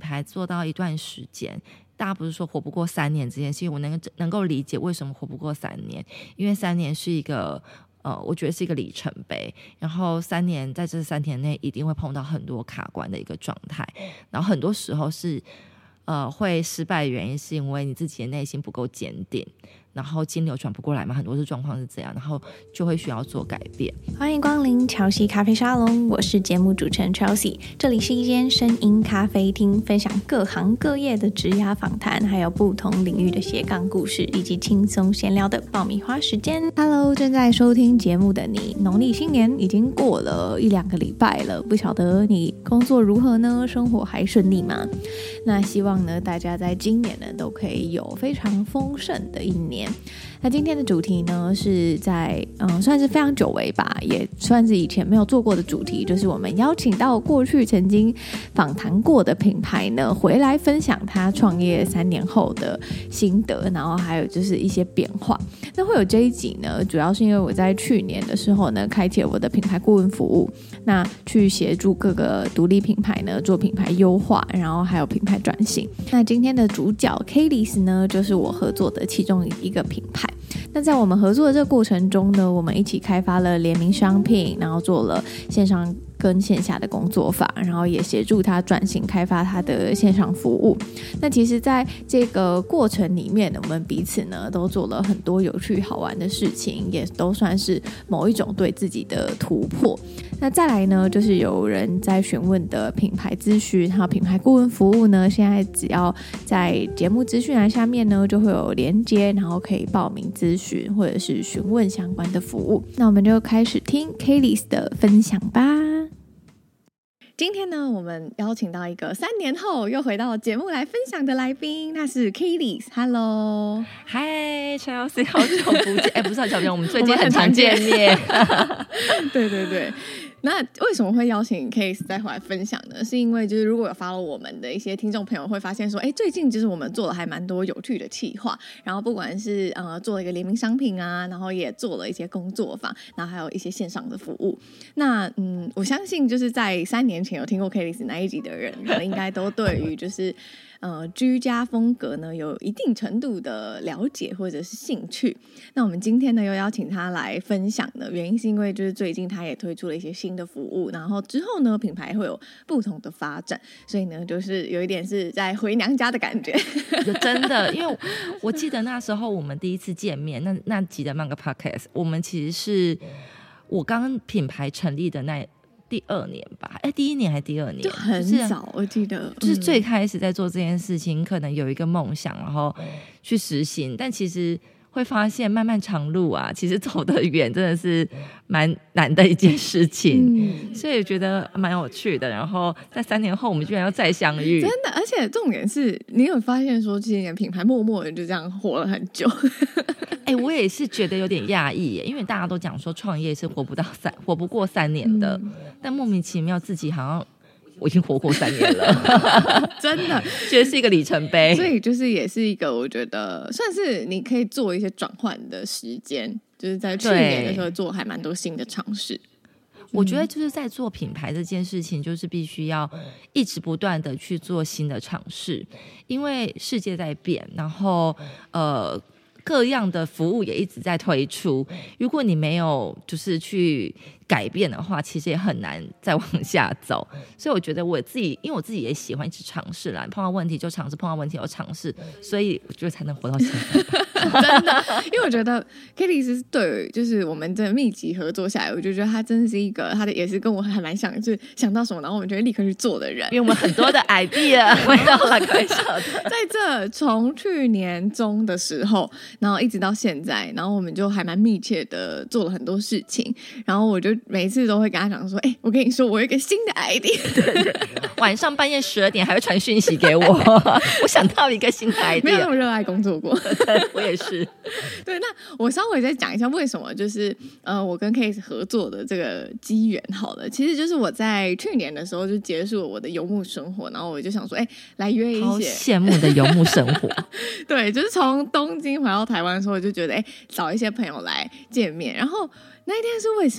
牌做到一段时间，大家不是说活不过3年这件事情，我能够理解为什么活不过3年，因为3年是一个我觉得是一个里程碑，然后3年在这3年内一定会碰到很多卡关的一个状态，然后很多时候是会失败的原因是因为你自己的内心不够坚定，然后金流转不过来嘛，很多状况是这样，然后就会需要做改变。 欢迎光临乔西咖啡沙龙，我是节目主持人 Chelsea， 这里是一间声音咖啡厅，分享各行各业的职涯访谈，还有不同领域的斜杠故事，以及轻松闲聊的爆米花时间。Hello， 正在收听节目的你，农历新年已经过了1-2个礼拜了，不晓得你工作如何呢？生活还顺利吗？那希望呢，大家在今年呢都可以有非常丰盛的一年。那今天的主题呢，是在算是非常久违吧，也算是以前没有做过的主题，就是我们邀请到过去曾经访谈过的品牌呢，回来分享他创业3年后的心得，然后还有就是一些变化。那会有这一集呢，主要是因为我在去年的时候呢，开启了我的品牌顾问服务，那去协助各个独立品牌呢做品牌优化，然后还有品牌转型。那今天的主角 Kaylys 呢，就是我合作的其中一个品牌。那在我们合作的这个过程中呢，我们一起开发了联名商品，然后做了线上跟线下的工作坊，然后也协助他转型开发他的线上服务。那其实在这个过程里面，我们彼此呢都做了很多有趣好玩的事情，也都算是某一种对自己的突破。那再来呢，就是有人在询问的品牌咨询还有品牌顾问服务呢，现在只要在节目资讯栏下面呢就会有连结，然后可以报名咨询或者是询问相关的服务。那我们就开始听 Kaylys 的分享吧。今天呢，我们邀请到一个3年后又回到节目来分享的来宾，那是 Kaylys。Hello， 嗨 Chelsea， 好久不见，不是好久不见，我们最近很常见面。 对对对。那为什么会邀请 Kaylys 再回来分享呢？是因为就是如果有 follow 我们的一些听众朋友会发现说，最近就是我们做了还蛮多有趣的企划，然后不管是做了一个联名商品啊，然后也做了一些工作坊，然后还有一些线上的服务。那我相信就是在3年前有听过 Kaylys 那一集的人，可能应该都对于就是居家风格呢有一定程度的了解或者是兴趣。那我们今天呢又邀请他来分享的原因是因为就是最近他也推出了一些新的服务，然后之后呢品牌会有不同的发展，所以呢就是有一点是在回娘家的感觉。 真的，因为我记得那时候我们第一次见面，那集的那个 podcast， 我们其实是我刚品牌成立的第2年吧，第1年还是第2年， 就很早，我记得就是最开始在做这件事情，可能有一个梦想，然后去实行，但其实会发现漫漫长路啊，其实走得远真的是蛮难的一件事情，所以我觉得蛮有趣的。然后在3年后，我们居然要再相遇， 真的，而且重点是你有发现说，其实你的品牌默默的就这样活了很久。 我也是觉得有点讶异耶，因为大家都讲说创业是活不过3年的，但莫名其妙自己好像我已经活过3年了。真的觉得是一个里程碑， 所以就是也是一个我觉得算是你可以做一些转换的时间，就是在去年的时候做还蛮多新的尝试。 我觉得就是在做品牌这件事情，就是必须要一直不断的去做新的尝试，因为世界在变，然后各样的服务也一直在推出，如果你没有就是去改变的话，其实也很难再往下走。所以我觉得因为我自己也喜欢一直尝试啦，碰到问题就尝试，碰到问题又尝试，所以我觉得才能活到现在。 真的，因为我觉得 Kaylys 对，就是我们的密集合作下来，我就觉得他真的是一个，他的也是跟我还蛮像，就是想到什么，然后我们就会立刻去做的人。 因为我们很多的 idea， 回到了开笑的。 在这从去年中的时候，然后一直到现在，然后我们就还蛮密切的做了很多事情，然后我就每次都会跟他讲说，我跟你说，我有一个新的 idea。 对，晚上半夜12点还会传讯息给我，我想到一个新的 idea。 没有那么热爱工作过。 我也是。 对，那我稍微再讲一下为什么就是我跟 Kaylys 合作的这个机缘好了。其实就是我在去年的时候就结束了我的游牧生活，然后我就想说来约一些好羡慕的游牧生活。 对，就是从东京回到台湾的时候，我就觉得找一些朋友来见面，然后那一天是为什么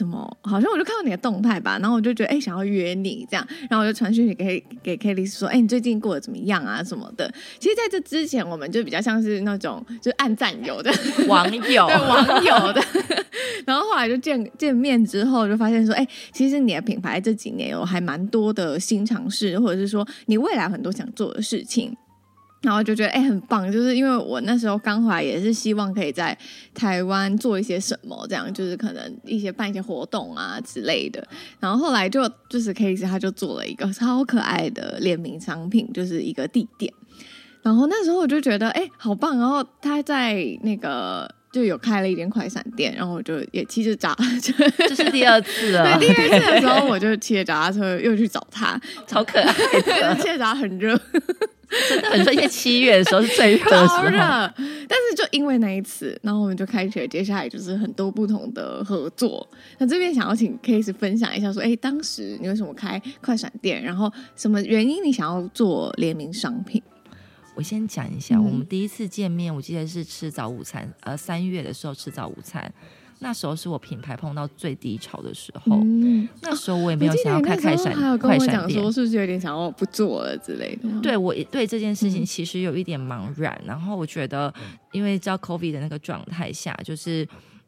好像我就看到你的动态吧，然后我就觉得想要约你这样，然后我就传讯息给 Kelly 说你最近过得怎么样啊什么的。其实在这之前我们就比较像是那种就是按赞友的网友对网友的然后后来就见面之后就发现说其实你的品牌这几年有还蛮多的新尝试，或者是说你未来很多想做的事情，然后就觉得很棒，就是因为我那时候刚回来也是希望可以在台湾做一些什么，这样就是可能办一些活动啊之类的。然后后来就是 Casey 他就做了一个超可爱的联名商品，就是一个地点。然后那时候我就觉得好棒，然后他在那个就有开了一间快闪店，然后我就也骑着脚踏车， 这是第二次了。 对，第二次的时候我就骑着脚踏车又去找他， 超可爱的， 骑着脚踏很热。 真的很热，因为7月的时候是最热的时候， 超热。但是就因为那一次，然后我们就开启了接下来就是很多不同的合作。那这边想要请 Case 分享一下说当时你为什么开快闪店，然后什么原因你想要做联名商品？ 我先讲一下，我们第一次见面我记得是吃早午餐，3月的时候吃早午餐，那时候是我品牌碰到最低潮的时候，那时候我也没有想要开快闪店，还有跟我讲说是不是有点想要不做了之类的。 对，我对这件事情其实有一点茫然，然后我觉得因为知道 COVID 的那个状态下，就是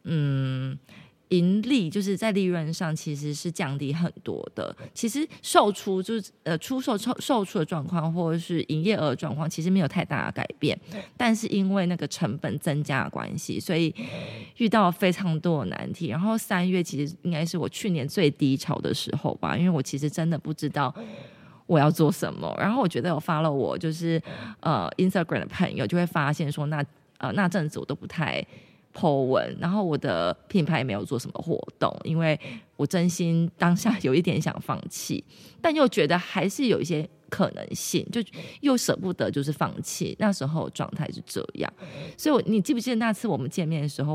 盈利就是在利润上其实是降低很多的，其实售出就是出售的状况或者是营业额的状况其实没有太大的改变，但是因为那个成本增加的关系，所以遇到了非常多的难题。然后3月其实应该是我去年最低潮的时候吧，因为我其实真的不知道我要做什么。然后我觉得有 follow 我就是Instagram 的朋友就会发现说那阵子我都不太po 文，然后我的品牌也没有做什么活动，因为我真心当下有一点想放弃，但又觉得还是有一些可能性，就又舍不得就是放弃，那时候状态是这样。所以你记不记得那次我们见面的时候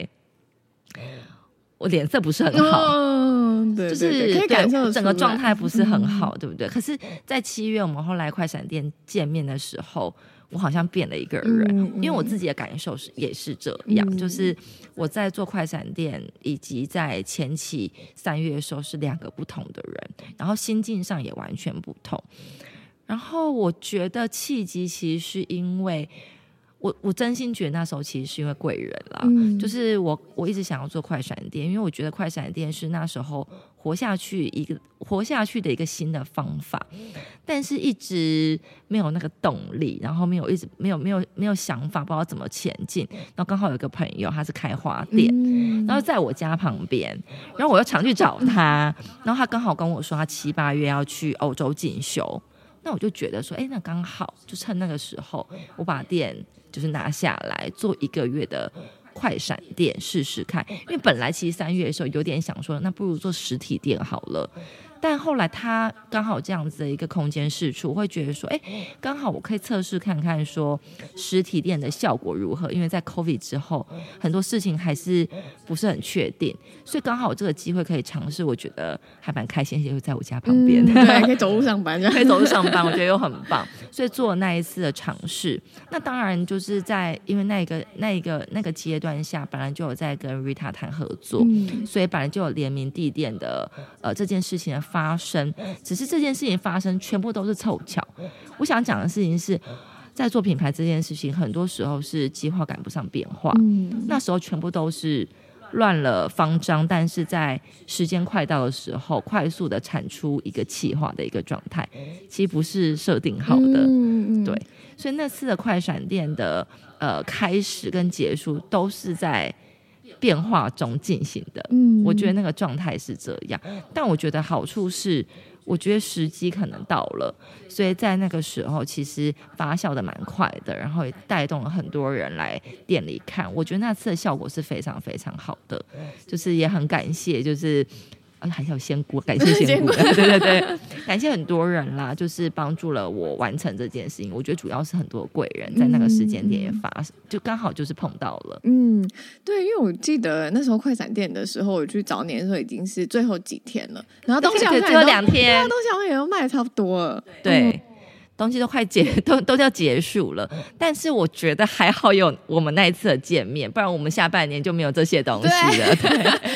我脸色不是很好， 对， 就是可以感受整个状态不是很好，对不对？可是在7月我们后来快闪店见面的时候，我好像变了一个人，因为我自己的感受也是这样，就是我在做快闪店以及在前期3月的时候是2个不同的人，然后心境上也完全不同。然后我觉得契机其实是因为我真心觉得那时候其实是因为贵人啦，就是我一直想要做快闪店，因为我觉得快闪店是那时候活下去的一个新的方法，但是一直没有那个动力，然后没有想法，不知道怎么前进。然后刚好有一个朋友他是开花店，然后在我家旁边，然后我又常去找他，然后他刚好跟我说他7、8月要去欧洲进修，那我就觉得说那刚好就趁那个时候我把店就是拿下来做1个月的快闪店试试看，因为本来其实3月的时候有点想说那不如做实体店好了，但后来他刚好这样子的一个空间释出，会觉得说刚好我可以测试看看说实体店的效果如何，因为在 COVID 之后很多事情还是不是很确定，所以刚好有这个机会可以尝试，我觉得还蛮开心，就在我家旁边， 对，可以走路上班可以走路上班，我觉得又很棒，所以做了那一次的尝试。那当然就是在因为那个阶段下本来就有在跟 Rita 谈合作，所以本来就有联名地店的这件事情的发生，只是这件事情发生全部都是凑巧。我想讲的事情是在做品牌这件事情很多时候是计划赶不上变化，那时候全部都是乱了方章，但是在时间快到的时候快速的产出一个企划的一个状态，其实不是设定好的，对，所以那次的快闪店的开始跟结束都是在变化中进行的，我觉得那个状态是这样。但我觉得好处是我觉得时机可能到了，所以在那个时候其实发酵的蛮快的，然后也带动了很多人来店里看，我觉得那次的效果是非常非常好的，就是也很感谢就是还是有仙姑，感谢仙姑对，感谢很多人啦，就是帮助了我完成这件事情。我觉得主要是很多贵人在那个时间点也发生，就刚好就是碰到了。 对，因为我记得那时候快闪店的时候，我去找你的时候已经是最后几天了，然后东西好像只有2天， 东西好像也都卖的差不多了， 对。东西都快都要结束了，但是我觉得还好有我们那一次的见面，不然我们下半年就没有这些东西了。对， 下半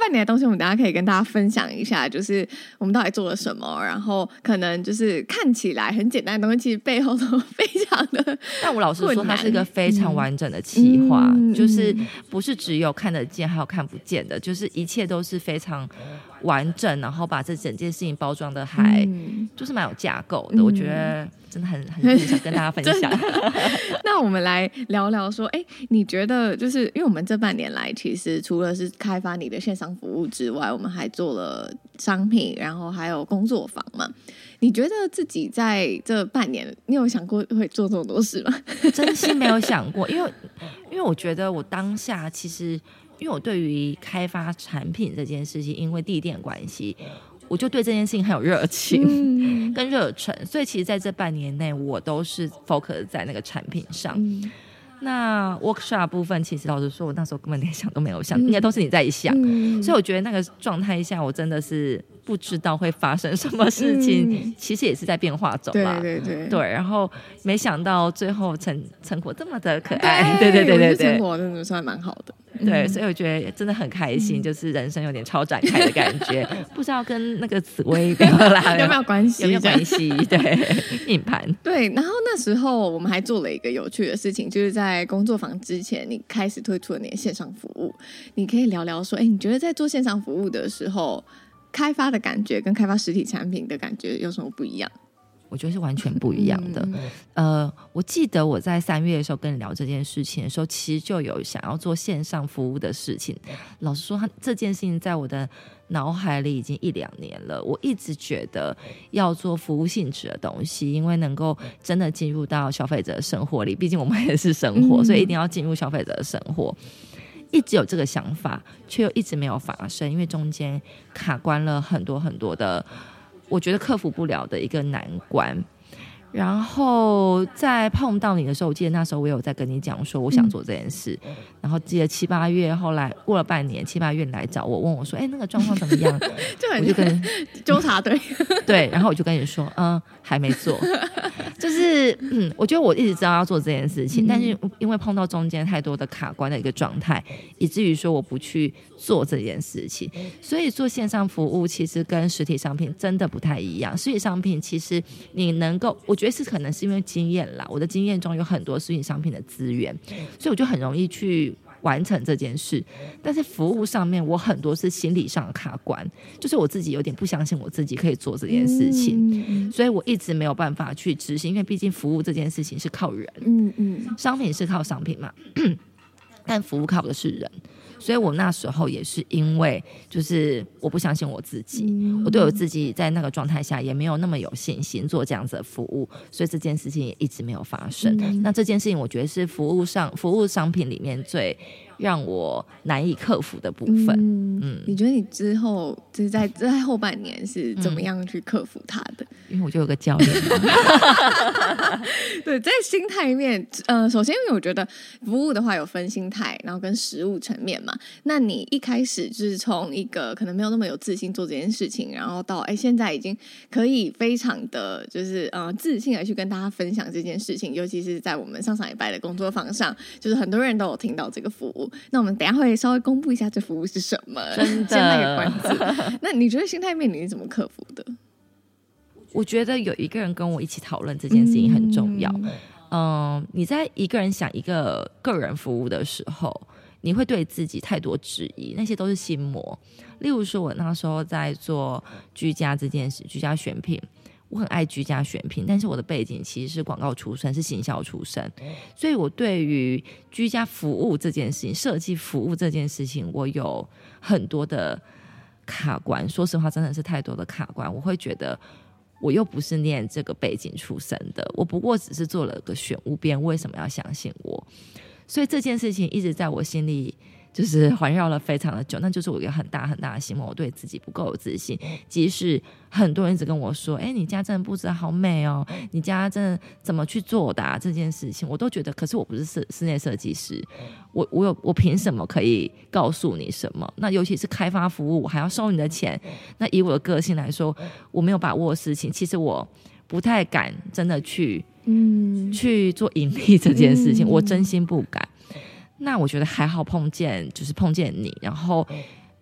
半年的东西我们等一下可以跟大家分享一下，就是我们到底做了什么，然后可能就是看起来很简单的东西，其实背后都非常的但我老实说它是一个非常完整的企划，就是不是只有看得见还有看不见的，就是一切都是非常完整，然后把这整件事情包装的还就是蛮有架构的，我觉得真的很想跟大家分享那我们来聊聊说，你觉得就是因为我们这半年来其实除了是开发你的线上服务之外，我们还做了商品，然后还有工作坊嘛，你觉得自己在这半年你有想过会做这么多事吗？ 真心没有想过，因为我觉得我当下其实因为我对于开发产品这件事情，因为地点关系，我就对这件事情很有热情跟热忱，所以其实在这半年内我都是 focus 在那个产品上。那 workshop 部分其实老实说我那时候根本连想都没有想，应该都是你在想，所以我觉得那个状态下我真的是不知道会发生什么事情，其实也是在变化中嘛。对，然后没想到最后成果这么的可爱，对， 成果真的算蛮好的。 对，所以我觉得真的很开心，就是人生有点超展开的感觉，不知道跟那个紫薇有没有关系？ 有没有关系？对，硬盘。 对，然后那时候我们还做了一个有趣的事情，就是在工作坊之前，你开始推出了你的线上服务，你可以聊聊说，你觉得在做线上服务的时候，开发的感觉跟开发实体产品的感觉有什么不一样？ 我觉得是完全不一样的。我记得我在3月的时候跟你聊这件事情的时候，其实就有想要做线上服务的事情。老实说，这件事情在我的脑海里已经1-2年了。我一直觉得要做服务性质的东西，因为能够真的进入到消费者的生活里，毕竟我们也是生活，所以一定要进入消费者的生活。一直有这个想法，却又一直没有发生，因为中间卡关了很多很多的我觉得克服不了的一个难关。然后在碰到你的时候，我记得那时候我有在跟你讲说我想做这件事，然后记得7-8月，后来过了半年7-8月你来找我问我说那个状况怎么样我就跟纠察队对，然后我就跟你说还没做就是我觉得我一直知道要做这件事情，但是因为碰到中间太多的卡关的一个状态，以至于说我不去做这件事情。所以做线上服务其实跟实体商品真的不太一样。实体商品其实你能够，我觉得是可能是因为经验啦，我的经验中有很多实体商品的资源，所以我就很容易去完成这件事。但是服务上面我很多是心理上的卡关，就是我自己有点不相信我自己可以做这件事情，所以我一直没有办法去执行，因为毕竟服务这件事情是靠人，商品是靠商品嘛但服务靠的是人。所以我那时候也是因为就是我不相信我自己，我对我自己在那个状态下也没有那么有信心做这样子的服务，所以这件事情也一直没有发生。那这件事情我觉得是服务商品里面最让我难以克服的部分。 你觉得你之后就是在后半年是怎么样去克服它的？ 因为我就有个教练对，在心态面首先因为我觉得服务的话有分心态然后跟实务层面嘛，那你一开始就是从一个可能没有那么有自信做这件事情，然后到现在已经可以非常的就是自信的去跟大家分享这件事情，尤其是在我们上礼拜的工作坊上，就是很多人都有听到这个服务。那我们等一下会稍微公布一下这服务是什么， 真的先卖个关子。那你觉得心态面你是怎么克服的？ 我觉得有一个人跟我一起讨论这件事情很重要。你在一个人想一个个人服务的时候，你会对自己太多质疑，那些都是心魔。例如说我那时候在做居家这件事，居家选品，我很爱居家选品，但是我的背景其实是广告出身，是行销出身，所以我对于居家服务这件事情，设计服务这件事情，我有很多的卡关。说实话真的是太多的卡关，我会觉得我又不是念这个背景出身的，我不过只是做了个选务编，为什么要相信我？所以这件事情一直在我心里就是环绕了非常的久，那就是我一个很大很大的心魔，我对自己不够有自信。即使很多人一直跟我说你家真的布置好美哦，你家真的怎么去做的这件事情，我都觉得可是我不是室内设计师，我凭什么可以告诉你什么？那尤其是开发服务我还要收你的钱，那以我的个性来说，我没有把握的事情，其实我不太敢真的去做盈利这件事情，我真心不敢。那我觉得还好碰见你，然后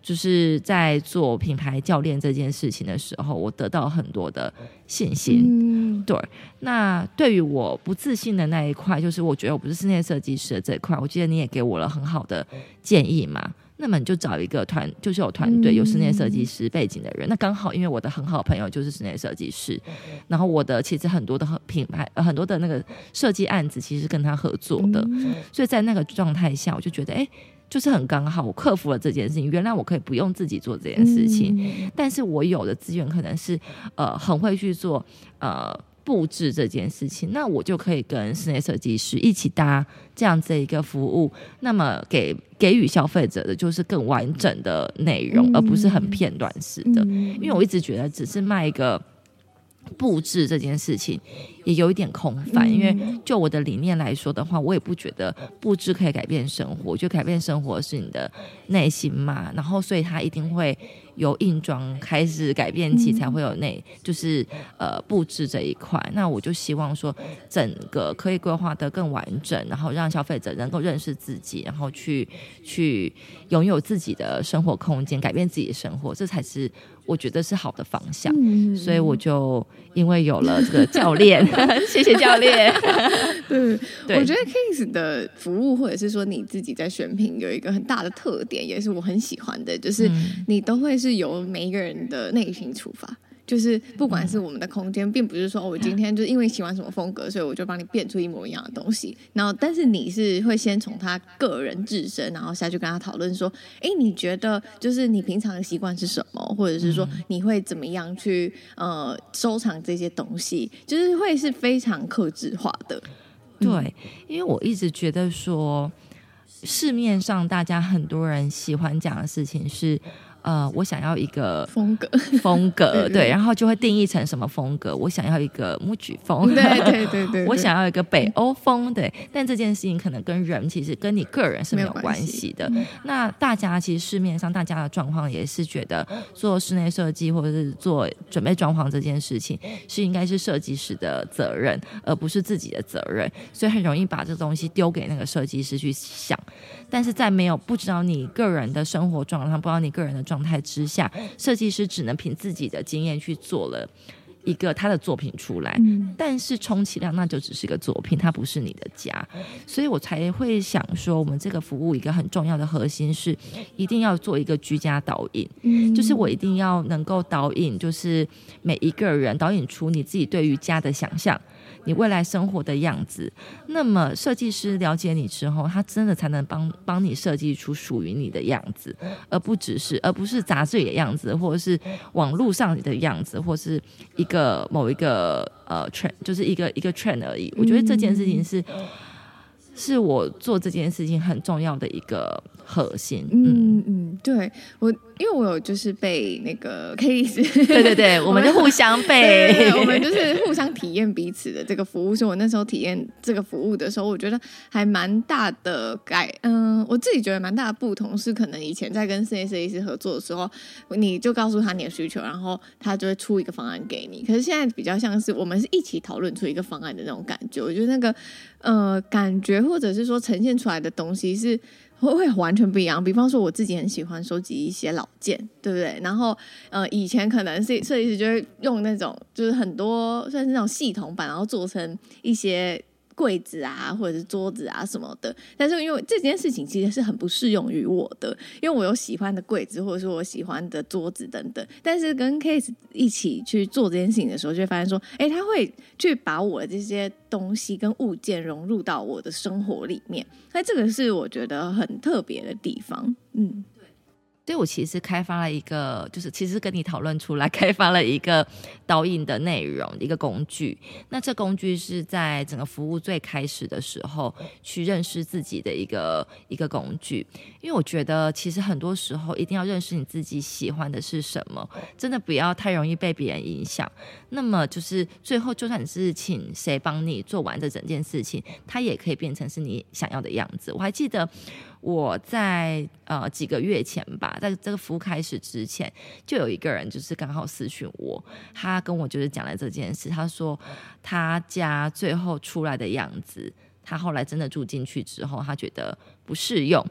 就是在做品牌教练这件事情的时候，我得到很多的信心。对，那对于我不自信的那一块，就是我觉得我不是室内设计师的这一块，我记得你也给我了很好的建议嘛。那么你就找一个就是有团队有室内设计师背景的人。那刚好因为我的很好的朋友就是室内设计师，然后我的其实很多的品牌很多的那个设计案子其实是跟他合作的，所以在那个状态下我就觉得就是很刚好我克服了这件事情，原来我可以不用自己做这件事情，但是我有的资源可能是很会去做布置这件事情，那我就可以跟室内设计师一起搭这样子的一个服务，那么给予消费者的就是更完整的内容，而不是很片段式的。因为我一直觉得只是卖一个布置这件事情也有一点空泛，因为就我的理念来说的话，我也不觉得布置可以改变生活，我觉得改变生活是你的内心嘛，然后所以它一定会由硬装开始改变起，才会有就是布置这一块。那我就希望说整个可以规划得更完整，然后让消费者能够认识自己，然后去拥有自己的生活空间，改变自己的生活，这才是我觉得是好的方向。所以我就因为有了这个教练谢谢教练对，我觉得 Case 的服务或者是说你自己在选品有一个很大的特点，也是我很喜欢的，就是你都会是由每一个人的内心出发，就是不管是我们的空间，并不是说我今天就是因为喜欢什么风格，所以我就帮你变出一模一样的东西，然后但是你是会先从他个人自身，然后下去跟他讨论说你觉得就是你平常的习惯是什么，或者是说你会怎么样去收藏这些东西，就是会是非常客制化的。 对，因为我一直觉得说市面上大家很多人喜欢讲的事情是我想要一个风格对，然后就会定义成什么风格，我想要一个木举风，对，我想要一个北欧风，对，但这件事情可能跟人其实跟你个人是没有关系的。那大家其实市面上大家的状况也是觉得做室内设计或者是做准备装潢这件事情是应该是设计师的责任，而不是自己的责任，所以很容易把这东西丢给那个设计师去想。但是在不知道你个人的生活状况，不知道你个人的状态之下，设计师只能凭自己的经验去做了一个他的作品出来，但是充其量那就只是一个作品，它不是你的家。所以我才会想说，我们这个服务一个很重要的核心是一定要做一个居家导引，就是我一定要能够导引，就是每一个人导引出你自己对于家的想象，你未来生活的样子。那么设计师了解你之后，他真的才能帮你设计出属于你的样子，而不是杂志里的样子，或者是网络上的样子，或是某一个trend， 就是一个 trend 而已。我觉得这件事情是我做这件事情很重要的一个核心。 对，因为我有就是被那个 case 对，我们就互相被对，我们就是互相体验彼此的这个服务。所以我那时候体验这个服务的时候，我觉得还蛮大的我自己觉得蛮大的不同是，可能以前在跟室内设计师合作的时候，你就告诉他你的需求，然后他就会出一个方案给你。可是现在比较像是我们是一起讨论出一个方案的那种感觉。我觉得那个感觉或者是说呈现出来的东西是会完全不一样。比方说我自己很喜欢收集一些老件，对不对？然后以前可能是设计师就会用那种就是很多算是那种系统版，然后做成一些柜子啊或者是桌子啊什么的。但是因为这件事情其实是很不适用于我的，因为我有喜欢的柜子或者是我喜欢的桌子等等。但是跟 Case 一起去做这件事情的时候，就会发现说他会去把我的这些东西跟物件融入到我的生活里面，那这个是我觉得很特别的地方。 所以我其实开发了一个，就是其实跟你讨论出来开发了一个导引的内容，一个工具。那这工具是在整个服务最开始的时候去认识自己的一个工具。因为我觉得其实很多时候一定要认识你自己喜欢的是什么，真的不要太容易被别人影响。那么就是最后就算你是请谁帮你做完这整件事情，它也可以变成是你想要的样子。我还记得我在几个月前吧，在这个服务开始之前，就有一个人就是刚好私讯我，他跟我就是讲了这件事。他说他家最后出来的样子，他后来真的住进去之后，他觉得不适用。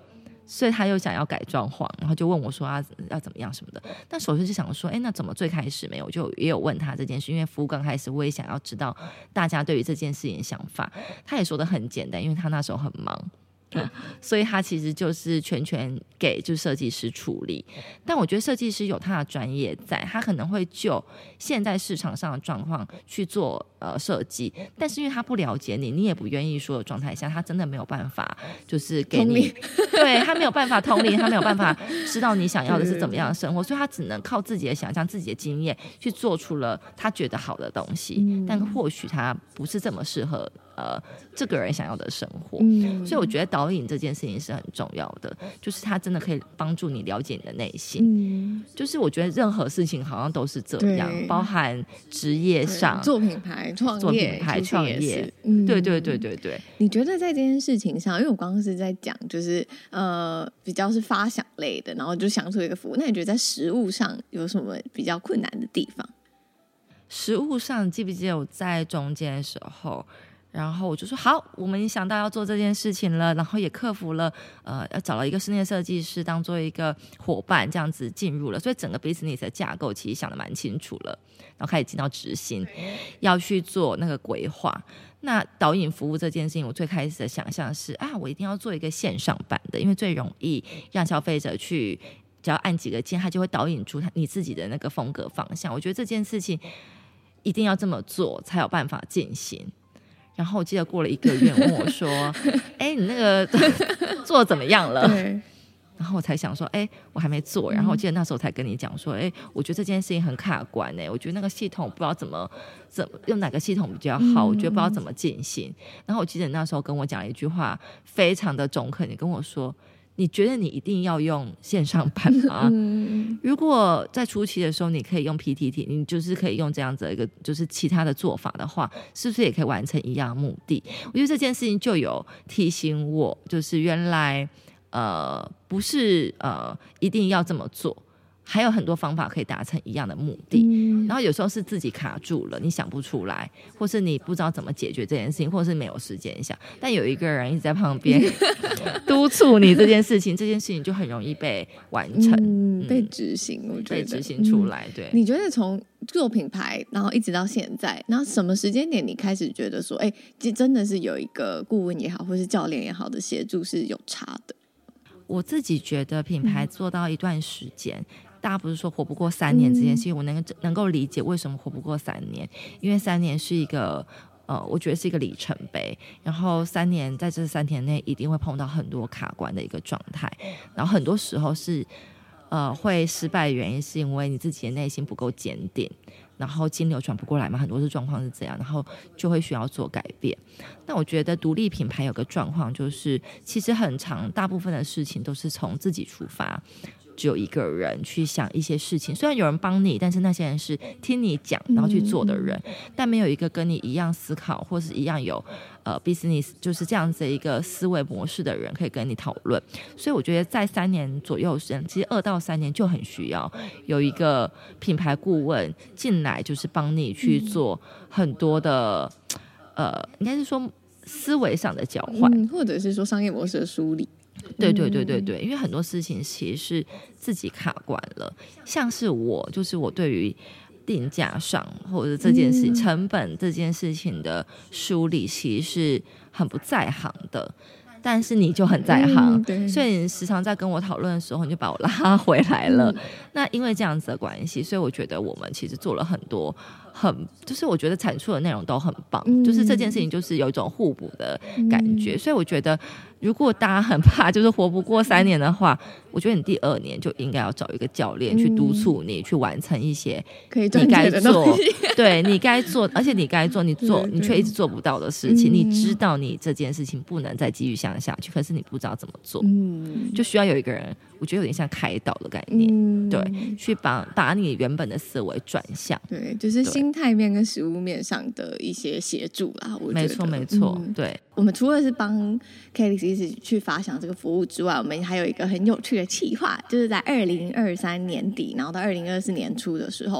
所以他又想要改装潢，然后就问我说要怎么样什么的。但首先就想说，那怎么最开始没有？我就也有问他这件事，因为服务刚开始，我也想要知道大家对于这件事情的想法。他也说的很简单，因为他那时候很忙。所以他其实就是全权给就是设计师处理，但我觉得设计师有他的专业在，他可能会就现在市场上的状况去做设计，但是因为他不了解你，你也不愿意说的状态下，他真的没有办法就是给你，对，他没有办法同理，他没有办法知道你想要的是怎么样的生活，所以他只能靠自己的想象、自己的经验去做出了他觉得好的东西，但或许他不是这么适合这个人想要的生活，所以我觉得导引这件事情是很重要的，就是他真的可以帮助你了解你的内心，就是我觉得任何事情好像都是这样，包含职业上做品牌创业， 对对对对对。 你觉得在这件事情上，因为我刚刚是在讲就是比较是发想类的，然后就想出一个服务，那你觉得在实务上有什么比较困难的地方？ 实务上记不记得我在中间的时候，然后我就说好，我们想到要做这件事情了，然后也克服了要找了一个室内设计师当做一个伙伴，这样子进入了，所以整个 business 的架构其实想得蛮清楚了，然后开始进到执行，要去做那个规划。那导引服务这件事情，我最开始的想象是我一定要做一个线上版的，因为最容易让消费者去只要按几个键，他就会导引出你自己的那个风格方向。我觉得这件事情一定要这么做才有办法进行。然后我记得过了1个月问我说你那个做怎么样了？然后我才想说我还没做。然后我记得那时候才跟你讲说我觉得这件事情很卡关我觉得那个系统不知道怎么用哪个系统比较好，我觉得不知道怎么进行。然后我记得你那时候跟我讲了一句话非常的中肯，你跟我说你觉得你一定要用线上版吗？如果在初期的时候你可以用 PTT， 你就是可以用这样子的一个就是其他的做法的话，是不是也可以完成一样的目的？我觉得这件事情就有提醒我，就是原来不是一定要这么做，还有很多方法可以达成一样的目的，然后有时候是自己卡住了，你想不出来，或是你不知道怎么解决这件事情，或是没有时间想，但有一个人一直在旁边督促你这件事情，这件事情就很容易被完成， 被执行。我觉得被执行出来。对， 你觉得从做品牌然后一直到现在，然后什么时间点你开始觉得说真的是有一个顾问也好或是教练也好的协助是有差的？ 我自己觉得品牌做到一段时间，大家不是说活不过3年这件事情，我能够理解为什么活不过3年，因为3年是一个我觉得是一个里程碑，然后3年在这3年内一定会碰到很多卡关的一个状态，然后很多时候是会失败的原因是因为你自己的内心不够坚定，然后金流转不过来嘛，很多状况是这样，然后就会需要做改变。那我觉得独立品牌有个状况就是，其实很长大部分的事情都是从自己出发，只有一个人去想一些事情，虽然有人帮你，但是那些人是听你讲然后去做的人，但没有一个跟你一样思考或是一样有business 就是这样子的一个思维模式的人可以跟你讨论。所以我觉得在3年左右时间，其实2到3年就很需要有一个品牌顾问进来，就是帮你去做很多的应该是说思维上的交换， 或者是说商业模式的梳理。 对对对对对，因为很多事情其实是自己卡关了，像是就是我对于定价上或者这件事情成本这件事情的梳理其实是很不在行的，但是你就很在行，所以你时常在跟我讨论的时候你就把我拉回来了，那因为这样子的关系，所以我觉得我们其实做了很多就是我觉得产出的内容都很棒，就是这件事情就是有一种互补的感觉，所以我觉得如果大家很怕就是活不过3年的话，我觉得你第2年就应该要找一个教练去督促你去完成一些你该做对你该做，而且你该做你却一直做不到的事情，你知道你这件事情不能再继续想下去，可是你不知道怎么做，就需要有一个人，我觉得有点像开导的概念，对，去把你原本的思维转向， 对，就是心态面跟实务面上的一些协助啦，我觉得没错没错，对。 我们除了是帮 Kelly 一直去发想这个服务之外，我们还有一个很有趣的企划，就是在2023年底然后到2024年初的时候，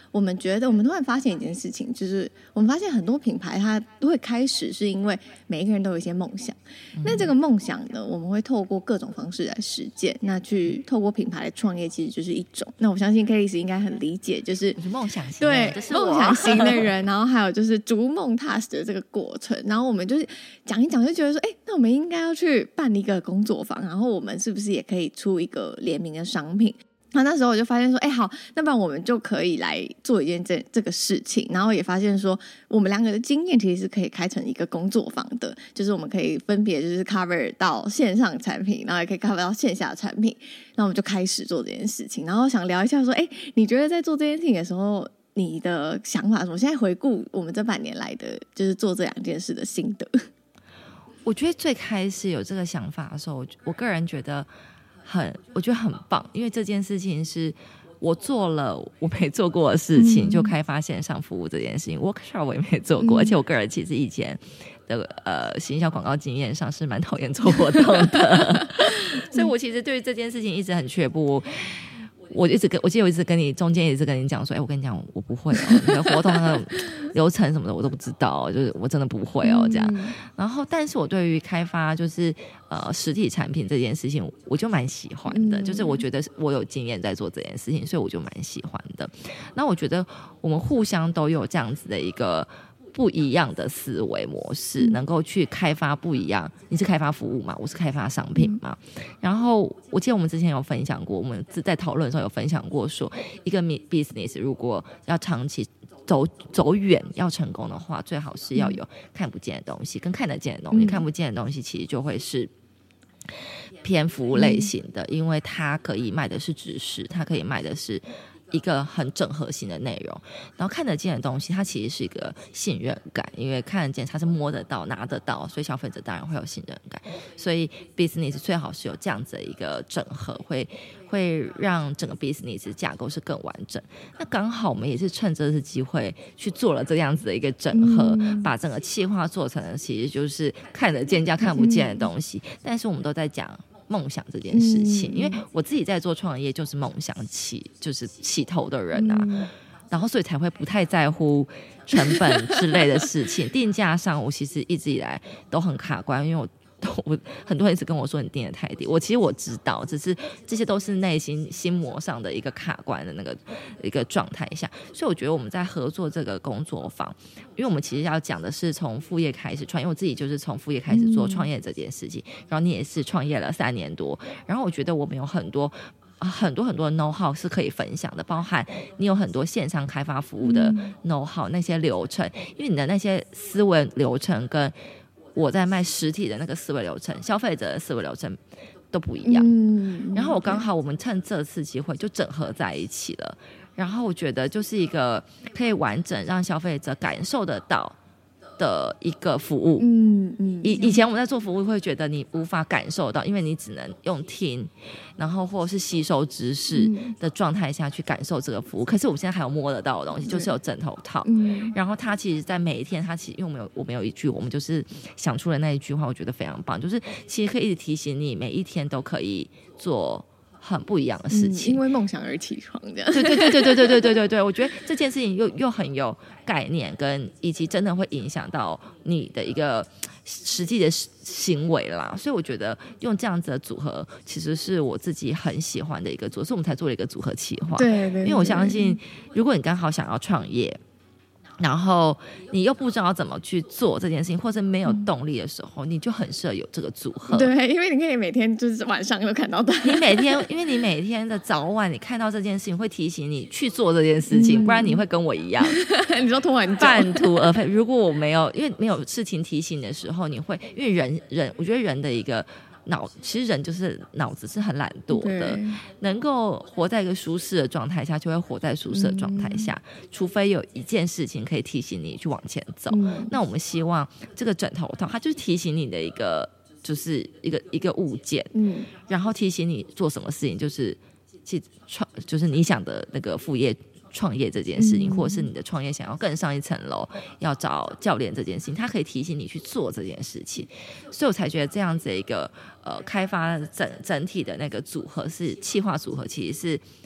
我们觉得我们突然发现一件事情，就是我们发现很多品牌它都会开始是因为每一个人都有一些梦想，那这个梦想呢，我们会透过各种方式来实践，那去透过品牌来创业其实就是一种。那我相信 Kelly 应该很理解，就是梦想型对的， 梦想型的人，然后还有就是逐梦踏实的这个过程，然后我们就是讲一讲就觉得说，那我们应该要去办一个工作坊，然后我们是不是也可以出一个联名的商品。那时候我就发现说，好，那不然我们就可以来做一件这个事情，然后也发现说，我们两个的经验其实是可以开成一个工作坊的，就是我们可以分别就是 cover 到线上产品，然后也可以 cover 到线下产品，那我们就开始做这件事情。然后想聊一下说，你觉得在做这件事情的时候，你的想法是什么？现在回顾我们这半年来的就是做这两件事的心得。 我觉得最开始有这个想法的时候，我个人觉得我觉得很棒，因为这件事情是我做了我没做过的事情，就开发线上服务这件事情。workshop 我也没做过，而且我个人其实以前的行销广告经验上是蛮讨厌做活动的，所以我其实对于这件事情一直很却步。我记得我一直跟你中间一直跟你讲说，我跟你讲我不会那个活动那个流程什么的我都不知道，就是我真的不会这样。然后但是我对于开发就是实体产品这件事情我就蛮喜欢的，就是我觉得我有经验在做这件事情，所以我就蛮喜欢的。那我觉得我们互相都有这样子的一个不一样的思维模式，能够去开发不一样。你是开发服务嘛，我是开发商品嘛。然后我记得我们之前有分享过，我们在讨论的时候有分享过说，一个 business 如果要长期走远要成功的话，最好是要有看不见的东西跟看得见的东西。看不见的东西其实就会是偏服务类型的，因为它可以卖的是知识，它可以卖的是一个很整合性的内容。然后看得见的东西它其实是一个信任感，因为看得见它是摸得到拿得到，所以消费者当然会有信任感。所以 business 最好是有这样子的一个整合，会让整个 business 架构是更完整。那刚好我们也是趁这次机会去做了这样子的一个整合，把整个企划做成了其实就是看得见加看不见的东西。但是我们都在讲梦想这件事情，因为我自己在做创业就是梦想就是起头的人啊，然后所以才会不太在乎成本之类的事情。定价上我其实一直以来都很卡关，因为我很多人一直跟我说你定得太低，其实我知道，只是这些都是内心魔上的一个卡关的那个一个状态下。所以我觉得我们在合作这个工作坊，因为我们其实要讲的是从副业开始创业，因为我自己就是从副业开始做创业这件事情，然后你也是创业了3年多，然后我觉得我们有很多的 know how 是可以分享的，包含你有很多线上开发服务的 know how， 那些流程，因为你的那些思维流程跟我在卖实体的那个思维流程，消费者的思维流程都不一样。然后我们趁这次机会就整合在一起了，然后我觉得就是一个可以完整让消费者感受得到的一个服务。以前我们在做服务会觉得你无法感受到，因为你只能用听，然后或者是吸收知识的状态下去感受这个服务。可是我们现在还有摸得到的东西，就是有枕头套。然后它其实在每一天，因为我们有一句，我们就是想出了那一句话，我觉得非常棒，就是其实可以一直提醒你，每一天都可以做很不一样的事情， 因为梦想而起床这样。 对，我觉得这件事情又很有概念，以及真的会影响到你的一个实际的行为啦。所以我觉得用这样子的组合，其实是我自己很喜欢的一个组合，所以我们才做了一个组合企划。 对， 因为我相信，如果你刚好想要创业，然后你又不知道怎么去做这件事情，或者没有动力的时候，你就很适合有这个组合。 对，因为你可以每天就是晚上都看到它。 因为你每天的早晚你看到这件事情，会提醒你去做这件事情，不然你会跟我一样， 你说拖完半途而废。如果我没有，因为没有事情提醒的时候，你会因为人，我觉得人的一个其实人就是脑子是很懒惰的，能够活在一个舒适的状态下，就会活在舒适的状态下，除非有一件事情可以提醒你去往前走。那我们希望这个枕头套，它就是提醒你的一个，就是一个物件，然后提醒你做什么事情，就是你想的那个副业。创业这件事情，或者是你的创业想要更上一层楼，要找教练这件事情，它可以提醒你去做这件事情。所以我才觉得这样子一个开发整体的那个组合是企划组合，其实是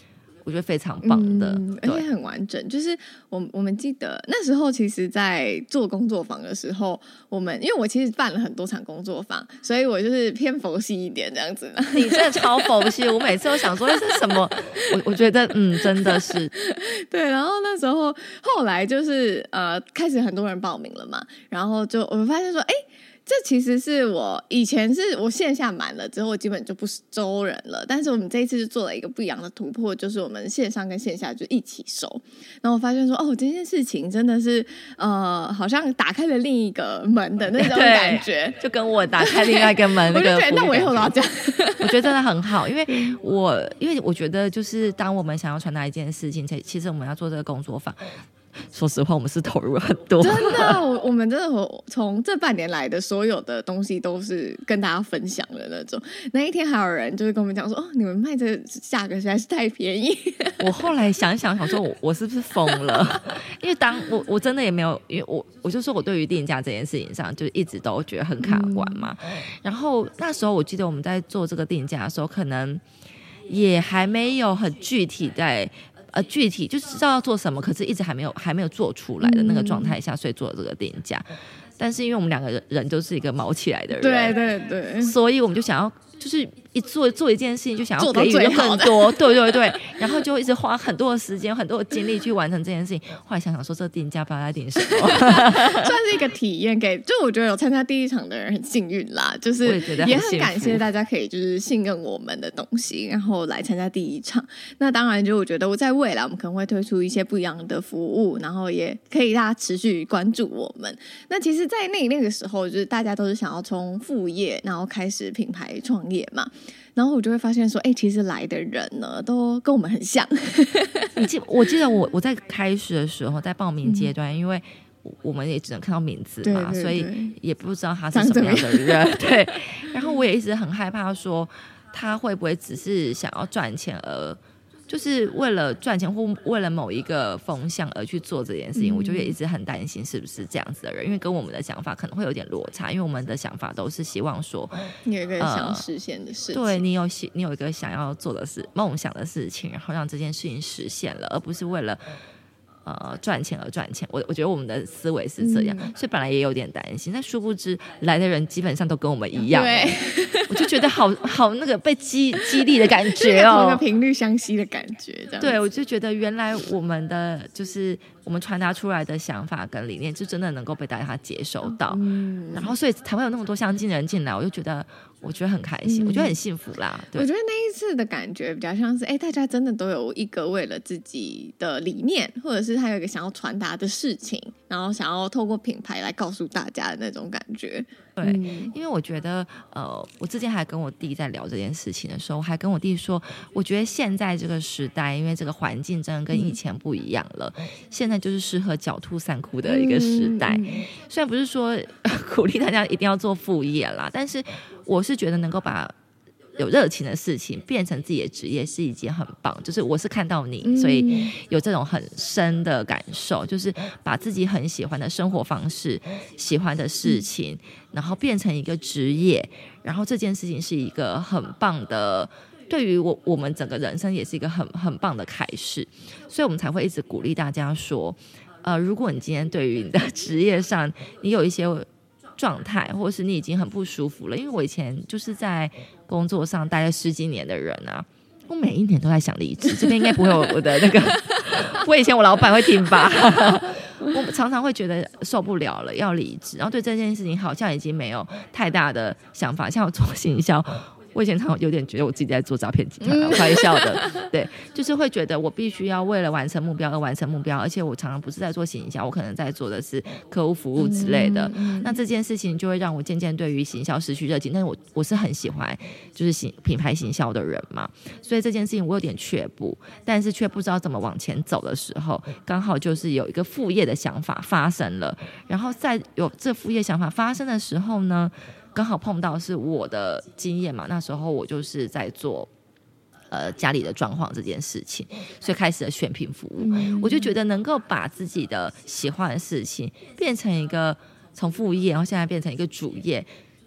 我觉得非常棒的， 而且很完整。就是我们记得那时候，其实在做工作坊的时候，因为我其实办了很多场工作坊，所以我就是偏佛系一点这样子。 你真的超佛系，我每次都想说这是什么，我觉得真的是对。然后那时候后来就是开始很多人报名了嘛，然后就我们发现说，这其实是以前是我线下满了之后基本就不是周人了，但是我们这一次就做了一个不一样的突破，就是我们线上跟线下就一起收。然后我发现说这件事情真的是好像打开了另一个门的那种感觉， 就跟我打开另外一个门那个。 我就觉得那我以后都要这样。 我觉得真的很好，因为我觉得就是当我们想要传达一件事情，其实我们要做这个工作坊。说实话，我们是投入很多， 真的，我们真的从这半年来的所有的东西都是跟大家分享的那种。那一天还有人就是跟我们讲说，你们卖这个价格实在是太便宜。 我后来想说我是不是疯了？因为当我真的也没有，因为我就说我对于定价这件事情上就一直都觉得很卡关嘛。然后那时候我记得我们在做这个定价的时候，可能也还没有很具体具体就知道要做什么，可是一直还没有做出来的那个状态下，所以做了这个定价。但是因为我们两个人都是一个毛起来的人， 对对对， 所以我们就想要就是做一件事情就想要给予更多，对对对，然后就一直花很多的时间很多的精力去完成这件事情。后来想想说这定价不知道在定什么。 算是一个体验就我觉得有参加第一场的人很幸运啦，就是也很感谢大家可以就是信任我们的东西，然后来参加第一场。那当然就我觉得我在未来我们可能会推出一些不一样的服务，然后也可以大家持续关注我们。那其实在那个时候就是大家都是想要从副业然后开始品牌创业嘛，然后我就会发现说其实来的人呢都跟我们很像。 我记得我在开始的时候在报名阶段，因为我们也只能看到名字嘛，对对对，所以也不知道他是什么样的人。对，然后我也一直很害怕说他会不会只是想要赚钱就是为了赚钱或为了某一个风向而去做这件事情，我就也一直很担心是不是这样子的人，因为跟我们的想法可能会有点落差，因为我们的想法都是希望说你有一个想实现的事情， 对，你有一个想要做的事梦想的事情，然后让这件事情实现了，而不是为了赚钱而赚钱。我觉得我们的思维是这样，所以本来也有点担心，但殊不知来的人基本上都跟我们一样。对，我就觉得好那个被激励的感觉同一个频率相吸的感觉。这样对，我就觉得原来我们的就是我们传达出来的想法跟理念，就真的能够被大家接收到。然后所以才会有那么多相近人进来，我觉得很开心，我觉得很幸福啦。对， 我觉得那一次的感觉比较像是大家真的都有一个为了自己的理念，或者是他有一个想要传达的事情，然后想要透过品牌来告诉大家的那种感觉。 对，因为我觉得我之前还跟我弟在聊这件事情的时候，我还跟我弟说，我觉得现在这个时代，因为这个环境真的跟以前不一样了，现在就是适合狡兔三窟的一个时代。虽然不是说鼓励大家一定要做副业啦，但是我是觉得能够把有热情的事情变成自己的职业是一件很棒，就是我是看到你，所以有这种很深的感受，就是把自己很喜欢的生活方式、喜欢的事情，然后变成一个职业，然后这件事情是一个很棒的，对于我们整个人生也是一个很棒的开始，所以我们才会一直鼓励大家说，如果你今天对于你的职业上你有一些状态，或是你已经很不舒服了，因为我以前就是在工作上待了10几年的人啊，我每一年都在想离职，这边应该不会有我的那个我以前我老板会听吧我常常会觉得受不了了要离职，然后对这件事情好像已经没有太大的想法，像我做行销，我以前常常有点觉得我自己在做诈骗集团，开玩笑的，对，就是会觉得我必须要为了完成目标而完成目标，而且我常常不是在做行销，我可能在做的是客户服务之类的，那这件事情就会让我渐渐对于行销失去热情，但是我是很喜欢就是品牌行销的人嘛，所以这件事情我有点却步，但是却不知道怎么往前走的时候，刚好就是有一个副业的想法发生了，然后在有这副业想法发生的时候呢，刚好碰到是我的经验嘛，那时候我就是在做家里的装潢这件事情，所以开始了选品服务，我就觉得能够把自己的喜欢的事情变成一个从副业，然后现在变成一个主业，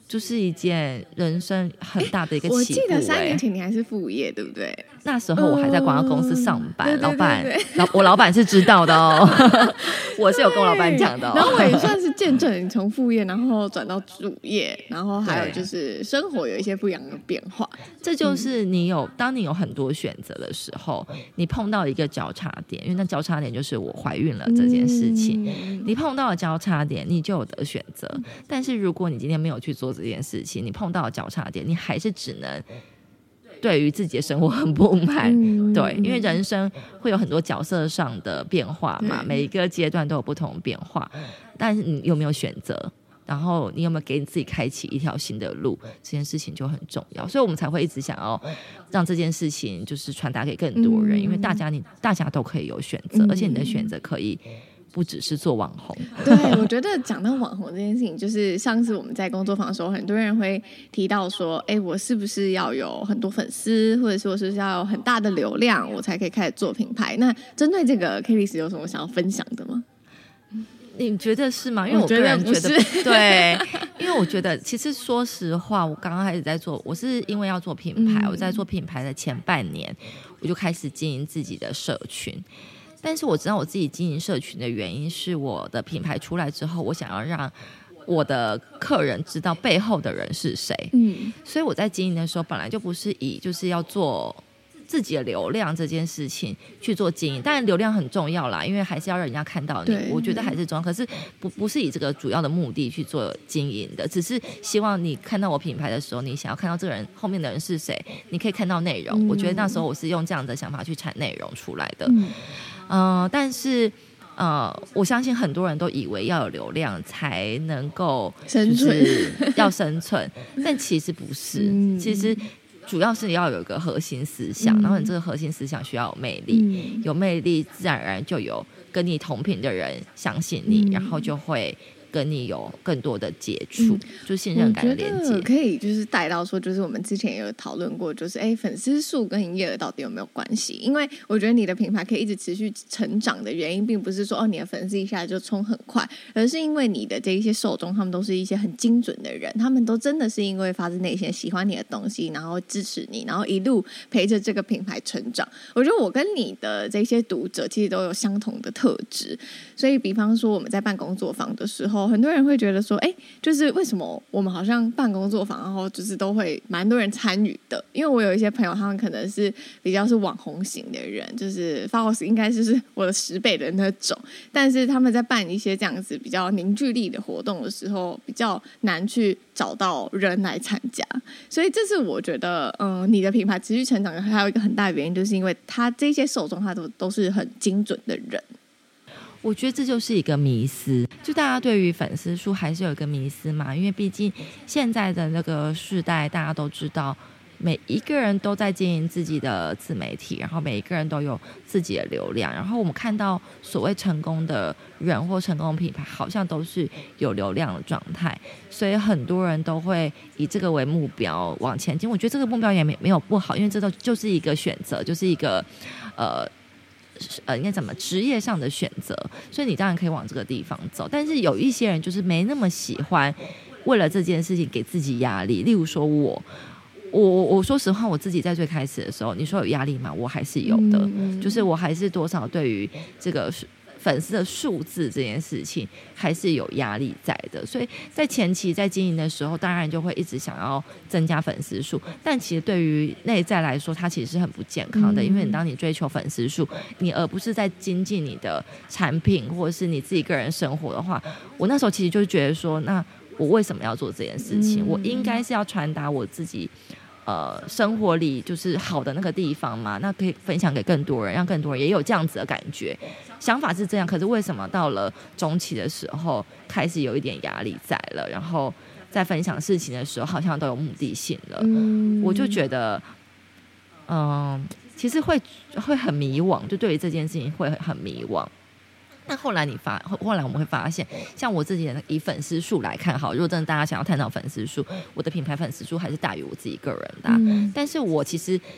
就是一件人生很大的一个起步。 我记得3年前你还是副业，对不对？ 那时候我还在广告公司上班， 对对对对我老板是知道的哦，我是有跟我老板讲的哦。 然后我也算是见证你从副业然后转到主业，然后还有就是生活有一些不一样的变化。 这就是当你有很多选择的时候，你碰到一个交叉点，因为那交叉点就是我怀孕了这件事情。你碰到了交叉点，你就有得选择。但是如果你今天没有去做这件事情，你碰到了交叉点，你还是只能对于自己的生活很不满。对，因为人生会有很多角色上的变化嘛，每一个阶段都有不同的变化，但是你有没有选择，然后你有没有给你自己开启一条新的路，这件事情就很重要。所以我们才会一直想要让这件事情就是传达给更多人，因为大家都可以有选择，而且你的选择可以不只是做网红。 对，我觉得讲到网红这件事情，就是上次我们在工作坊的时候，很多人会提到说，我是不是要有很多粉丝，或者说是要有很大的流量，我才可以开始做品牌？那针对这个 Kelly 有什么想要分享的吗？ 你觉得是吗？因为我个人觉得对，因为我觉得其实说实话，我刚刚开始在做，我是因为要做品牌，我在做品牌的前半年，我就开始经营自己的社群。但是我知道我自己经营社群的原因是我的品牌出来之后，我想要让我的客人知道背后的人是谁。所以我在经营的时候本来就不是以就是要做自己的流量这件事情去做经营，当然流量很重要啦，因为还是要让人家看到你，我觉得还是重要，可是不是以这个主要的目的去做经营的，只是希望你看到我品牌的时候，你想要看到这个人后面的人是谁，你可以看到内容。我觉得那时候我是用这样的想法去产内容出来的。但是我相信很多人都以为要有流量才能够生存， 要生存，但其实不是。其实主要是你要有一个核心思想，然后你这个核心思想需要有魅力，有魅力自然而然就有跟你同频的人相信你，然后就会跟你有更多的接触，就信任感的连接。 可以就是带到说，就是我们之前也有讨论过，就是粉丝数跟营业额到底有没有关系？因为我觉得你的品牌可以一直持续成长的原因，并不是说你的粉丝一下就冲很快，而是因为你的这一些受众，他们都是一些很精准的人，他们都真的是因为发自内心喜欢你的东西，然后支持你，然后一路陪着这个品牌成长。我觉得我跟你的这些读者其实都有相同的特质，所以比方说我们在办工作坊的时候，很多人会觉得说，就是为什么我们好像办工作坊，然后就是都会蛮多人参与的？因为我有一些朋友，他们可能是比较是网红型的人，就是 followers 应该就是我的10倍的那种，但是他们在办一些这样子比较凝聚力的活动的时候，比较难去找到人来参加。所以这是我觉得，你的品牌持续成长还有一个很大的原因，就是因为他这些受众他都是很精准的人。 我觉得这就是一个迷思，就大家对于粉丝数还是有一个迷思嘛，因为毕竟现在的那个世代，大家都知道每一个人都在经营自己的自媒体，然后每一个人都有自己的流量，然后我们看到所谓成功的人或成功的品牌好像都是有流量的状态，所以很多人都会以这个为目标往前进。我觉得这个目标也没有不好，因为这都就是一个选择，就是一个应该怎么职业上的选择，所以你当然可以往这个地方走。但是有一些人就是没那么喜欢为了这件事情给自己压力，例如说我说实话，我自己在最开始的时候，你说有压力吗？我还是有的，就是我还是多少对于这个粉丝的数字这件事情还是有压力在的，所以在前期在经营的时候，当然就会一直想要增加粉丝数，但其实对于内在来说，它其实是很不健康的，因为你当你追求粉丝数，你而不是在精进你的产品或者是你自己个人生活的话，我那时候其实就觉得说，那我为什么要做这件事情？我应该是要传达我自己生活里就是好的那个地方嘛，那可以分享给更多人，让更多人也有这样子的感觉。想法是这样，可是为什么到了中期的时候开始有一点压力在了，然后在分享事情的时候好像都有目的性了，我就觉得其实会很迷惘，就对于这件事情会很迷惘。那后来我们会发现，像我自己的以粉丝数来看，好，如果真的大家想要探讨粉丝数，我的品牌粉丝数还是大于我自己个人的但是我其实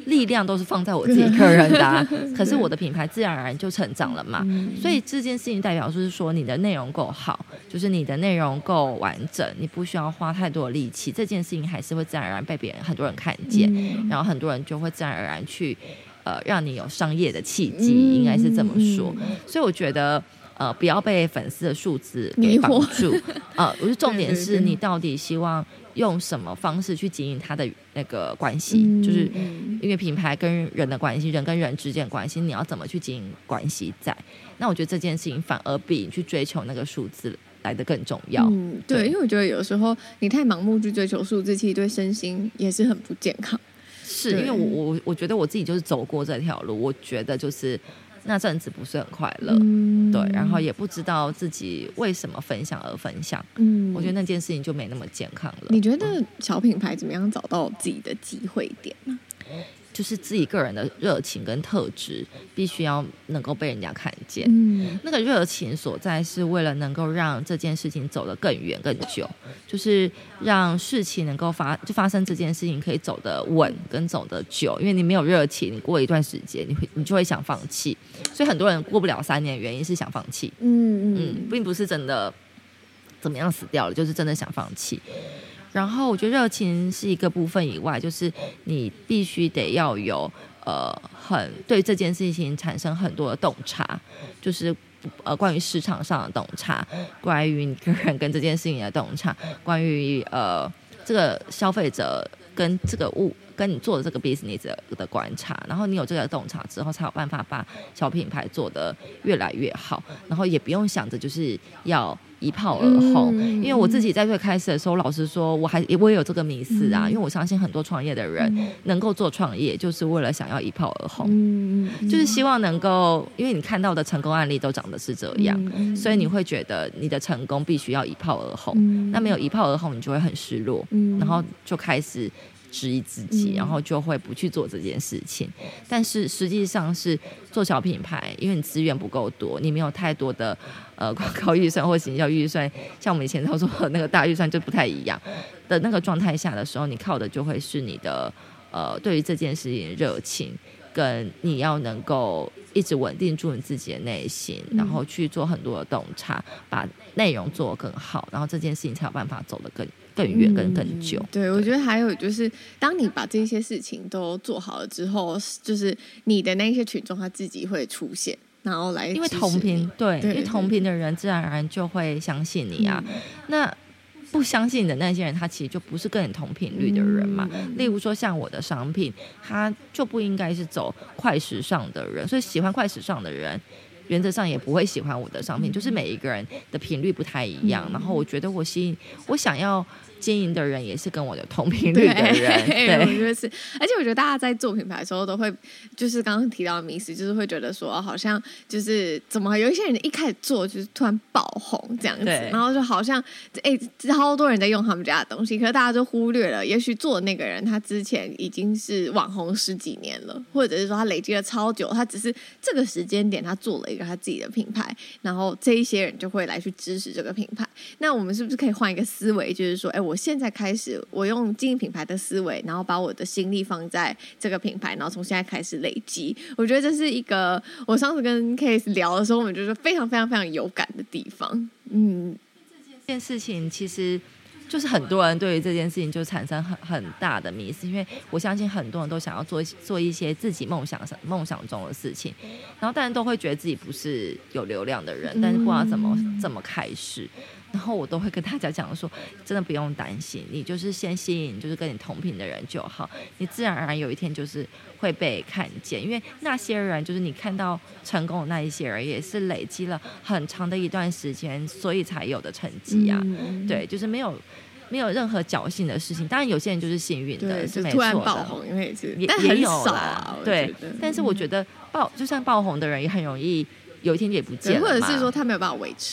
力量都是放在我自己个人的啊可是我的品牌自然而然就成长了嘛所以这件事情代表就是说你的内容够好，就是你的内容够完整，你不需要花太多的力气，这件事情还是会自然而然被别人很多人看见然后很多人就会自然而然去让你有商业的契机应该是这么说所以我觉得不要被粉丝的数字给绑住我觉得重点是你到底希望用什么方式去经营他的那个关系就是因为品牌跟人的关系，人跟人之间的关系，你要怎么去经营关系在，那我觉得这件事情反而比你去追求那个数字来得更重要对，因为我觉得有时候你太盲目去追求数字，其实对身心也是很不健康， 是因为我觉得我自己就是走过这条路，我觉得就是那阵子不是很快乐对，然后也不知道自己为什么分享而分享我觉得那件事情就没那么健康了。 你觉得小品牌怎么样找到自己的机会点呢？ 就是自己个人的热情跟特质必须要能够被人家看见那个热情所在是为了能够让这件事情走得更远更久，就是让事情能够发生这件事情可以走得稳跟走得久，因为你没有热情，你过一段时间你就会想放弃，所以很多人过不了3年的原因是想放弃并不是真的怎么样死掉了，就是真的想放弃。然后我觉得热情是一个部分以外，就是你必须得要有很对这件事情产生很多的洞察，就是关于市场上的洞察，关于你个人跟这件事情的洞察，关于这个消费者跟这个跟你做的这个 business 的观察，然后你有这个洞察之后才有办法把小品牌做得越来越好，然后也不用想着就是要一炮而红因为我自己在最开始的时候老实说我也有这个迷思啊因为我相信很多创业的人能够做创业就是为了想要一炮而红就是希望能够，因为你看到的成功案例都长得是这样所以你会觉得你的成功必须要一炮而红那没有一炮而红你就会很失落然后就开始质疑自己然后就会不去做这件事情但是实际上是做小品牌因为你资源不够多，你没有太多的广告预算或行销预算，像我们以前操作的那个大预算就不太一样的那个状态下的时候，你靠的就会是你的对于这件事情的热情跟你要能够一直稳定住你自己的内心然后去做很多的洞察把内容做得更好然后这件事情才有办法走得更远更久对，我觉得还有就是当你把这些事情都做好了之后，就是你的那些群众他自己会出现然后来因为同频对因为同频的人自然而然就会相信你啊那不相信你的那些人他其实就不是跟你同频率的人嘛例如说像我的商品他就不应该是走快时尚的人，所以喜欢快时尚的人原则上也不会喜欢我的商品就是每一个人的频率不太一样然后我觉得我想要经营的人也是跟我有同频率的人对我觉得是而且我觉得大家在做品牌的时候都会就是刚刚提到的迷思就是会觉得说好像就是怎么有一些人一开始做就是突然爆红这样子然后就好像超多人在用他们家的东西可是大家就忽略了也许做的那个人他之前已经是网红10几年了或者是说他累积了超久他只是这个时间点他做了一个他自己的品牌然后这一些人就会来去支持这个品牌那我们是不是可以换一个思维就是说我现在开始我用经营品牌的思维然后把我的心力放在这个品牌然后从现在开始累积我觉得这是一个我上次跟 Case 聊的时候我们就是非常非常非常有感的地方这件事情其实就是很多人对于这件事情就产生很大的迷思因为我相信很多人都想要做一些自己梦想中的事情然后但是都会觉得自己不是有流量的人但是不知道怎么开始然后我都会跟大家讲说真的不用担心你就是先吸引就是跟你同频的人就好你自然而然有一天就是会被看见因为那些人就是你看到成功的那一些人也是累积了很长的一段时间所以才有的成绩啊对就是没有任何侥幸的事情当然有些人就是幸运的是没错的突然爆红因为是也很少有啦对但是我觉得就算爆红的人也很容易有一天也不见了嘛或者是说他没有办法维持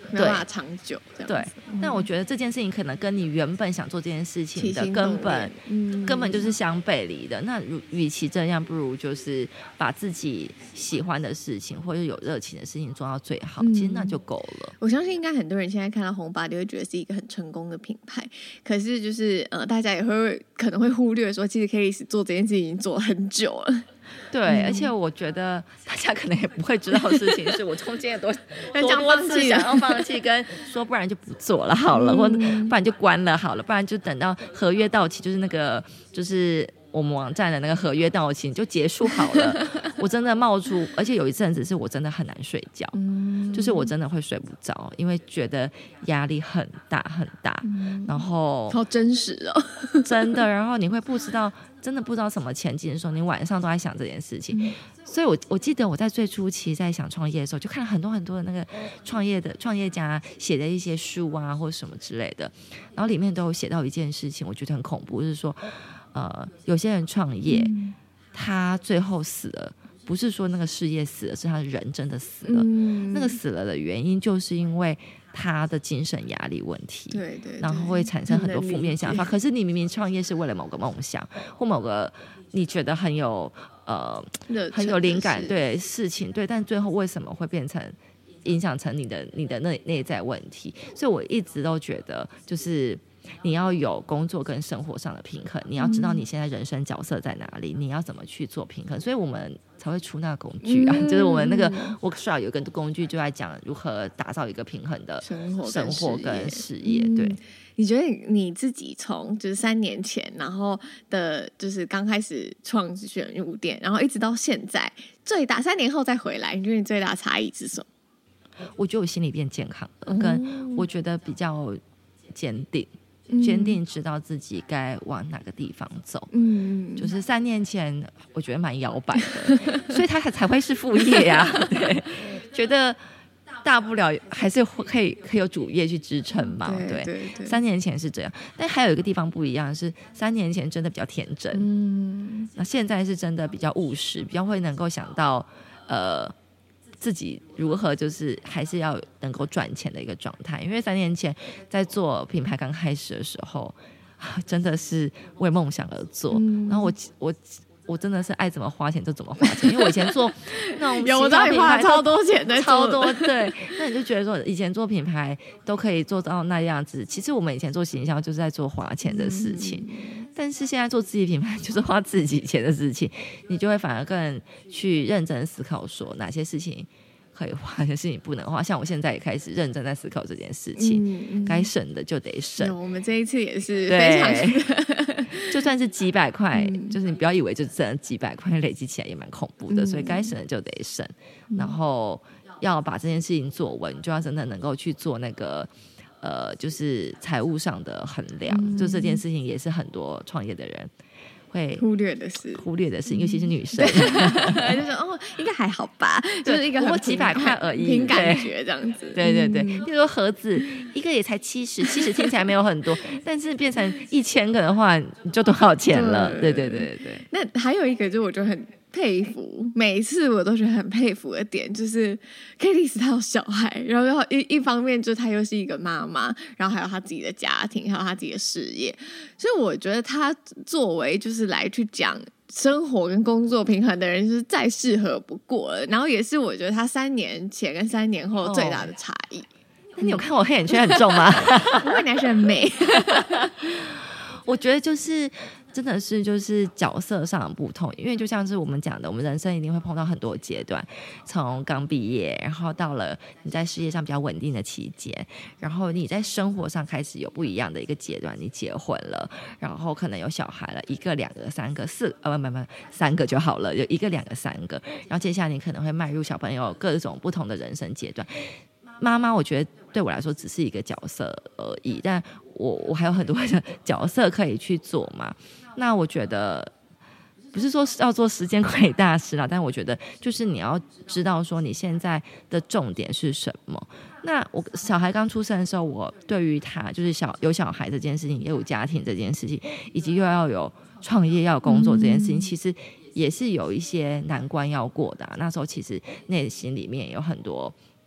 没有办法长久这样子。 对，但我觉得这件事情可能跟你原本想做这件事情的根本就是相背离的。那与其这样，不如就是把自己喜欢的事情或者有热情的事情做到最好，其实那就够了。 我相信应该很多人现在看到红巴迪会觉得是一个很成功的品牌，可是就是大家也可能会忽略说，其实 Kelly's 做这件事情已经做了很久了。 对，而且我觉得大家可能也不会知道的事情是，我中间也多次想要放弃，跟说不然就不做了好了，或不然就关了好了，不然就等到合约到期，就是那个就是我们网站的那个合约到期就结束好了。我真的冒出，而且有一阵子是我真的很难睡觉，就是我真的会睡不着，因为觉得压力很大很大，然后好真实哦， 真的，然后你会真的不知道什么前进的时候，你晚上都在想这件事情。所以我记得我在最初期在想创业的时候，就看了很多很多的那个创业家写的一些书啊或者什么之类的，然后里面都有写到一件事情，我觉得很恐怖，就是说有些人创业他最后死了，不是说那个事业死了，是他的人真的死了。那个死了的原因就是因为他的精神压力问题， 对， 然后会产生很多负面想法。可是你明明创业是为了某个梦想或某个你觉得很有灵感对事情，对，但最后为什么会变成影响成你的内在问题？所以我一直都觉得就是你要有工作跟生活上的平衡，你要知道你现在人生角色在哪里，你要怎么去做平衡。所以我们才会出那个工具啊，就是我们那个 workshop 有一个工具就在讲如何打造一个平衡的生活跟事业。对， 你觉得你自己从就是3年前然后的就是刚开始创选物店，然后一直到现在最大3年后再回来，你觉得你最大的差异是什么？ 我觉得我心里变健康了，跟我觉得比较坚定知道自己该往哪个地方走。就是3年前我觉得蛮摇摆的，所以他才会是副业啊。对，觉得大不了还是可以有主业去支撑嘛。对，3年前是这样，但还有一个地方不一样是3年前真的比较天真，那现在是真的比较务实，比较会能够想到自己如何就是还是要能够赚钱的一个状态。因为3年前在做品牌刚开始的时候，真的是为梦想而做，然后我真的是爱怎么花钱就怎么花钱，因为我以前做那种有在花超多钱的， 超多。对，那你就觉得说以前做品牌都可以做到那样子，其实我们以前做行销就是在做花钱的事情，但是现在做自己品牌就是花自己钱的事情，你就会反而更去认真思考说哪些事情可以花，哪些事情不能花。像我现在也开始认真在思考这件事情，该省的就得省。 我们这一次也是非常就算是几百块，就是你不要以为就真的几百块，累积起来也蛮恐怖的，所以该省的就得省，然后要把这件事情做稳，你就要真的能够去做那个就是财务上的衡量，就这件事情也是很多创业的人会忽略的事， 尤其是女生， 就是应该还好吧，就是一个不过几百块而已， 凭感觉这样子。 对，比如说盒子一个也才70听起来没有很多，但是变成1000个的话，你就多少钱了？对。 那还有一个，就我觉得很佩服，每次我都觉得很佩服的点，就是 Kelly's 她有小孩，然后一方面就是她又是一个妈妈，然后还有她自己的家庭，还有她自己的事业，所以我觉得她作为就是来去讲生活跟工作平衡的人，就是再适合不过了。然后也是我觉得她3年前跟3年后最大的差异。 那你有看我黑眼圈很重吗？ 不会，你还是很美。 我觉得就是真的是就是角色上的不同，因为就像是我们讲的，我们人生一定会碰到很多阶段，从刚毕业，然后到了你在事业上比较稳定的期间，然后你在生活上开始有不一样的一个阶段，你结婚了，然后可能有小孩了，1个、2个、3个、4个，3个就好了，有1个、2个、3个，然后接下来你可能会迈入小朋友各种不同的人生阶段。妈妈我觉得对我来说只是一个角色而已，但我还有很多的角色可以去做嘛。那我觉得不是说要做时间管理大师啦，但我觉得就是你要知道说你现在的重点是什么。那我小孩刚出生的时候，我对于他就是有小孩这件事情，也有家庭这件事情，以及又要有创业要有工作这件事情，其实也是有一些难关要过的那时候其实内心里面有很多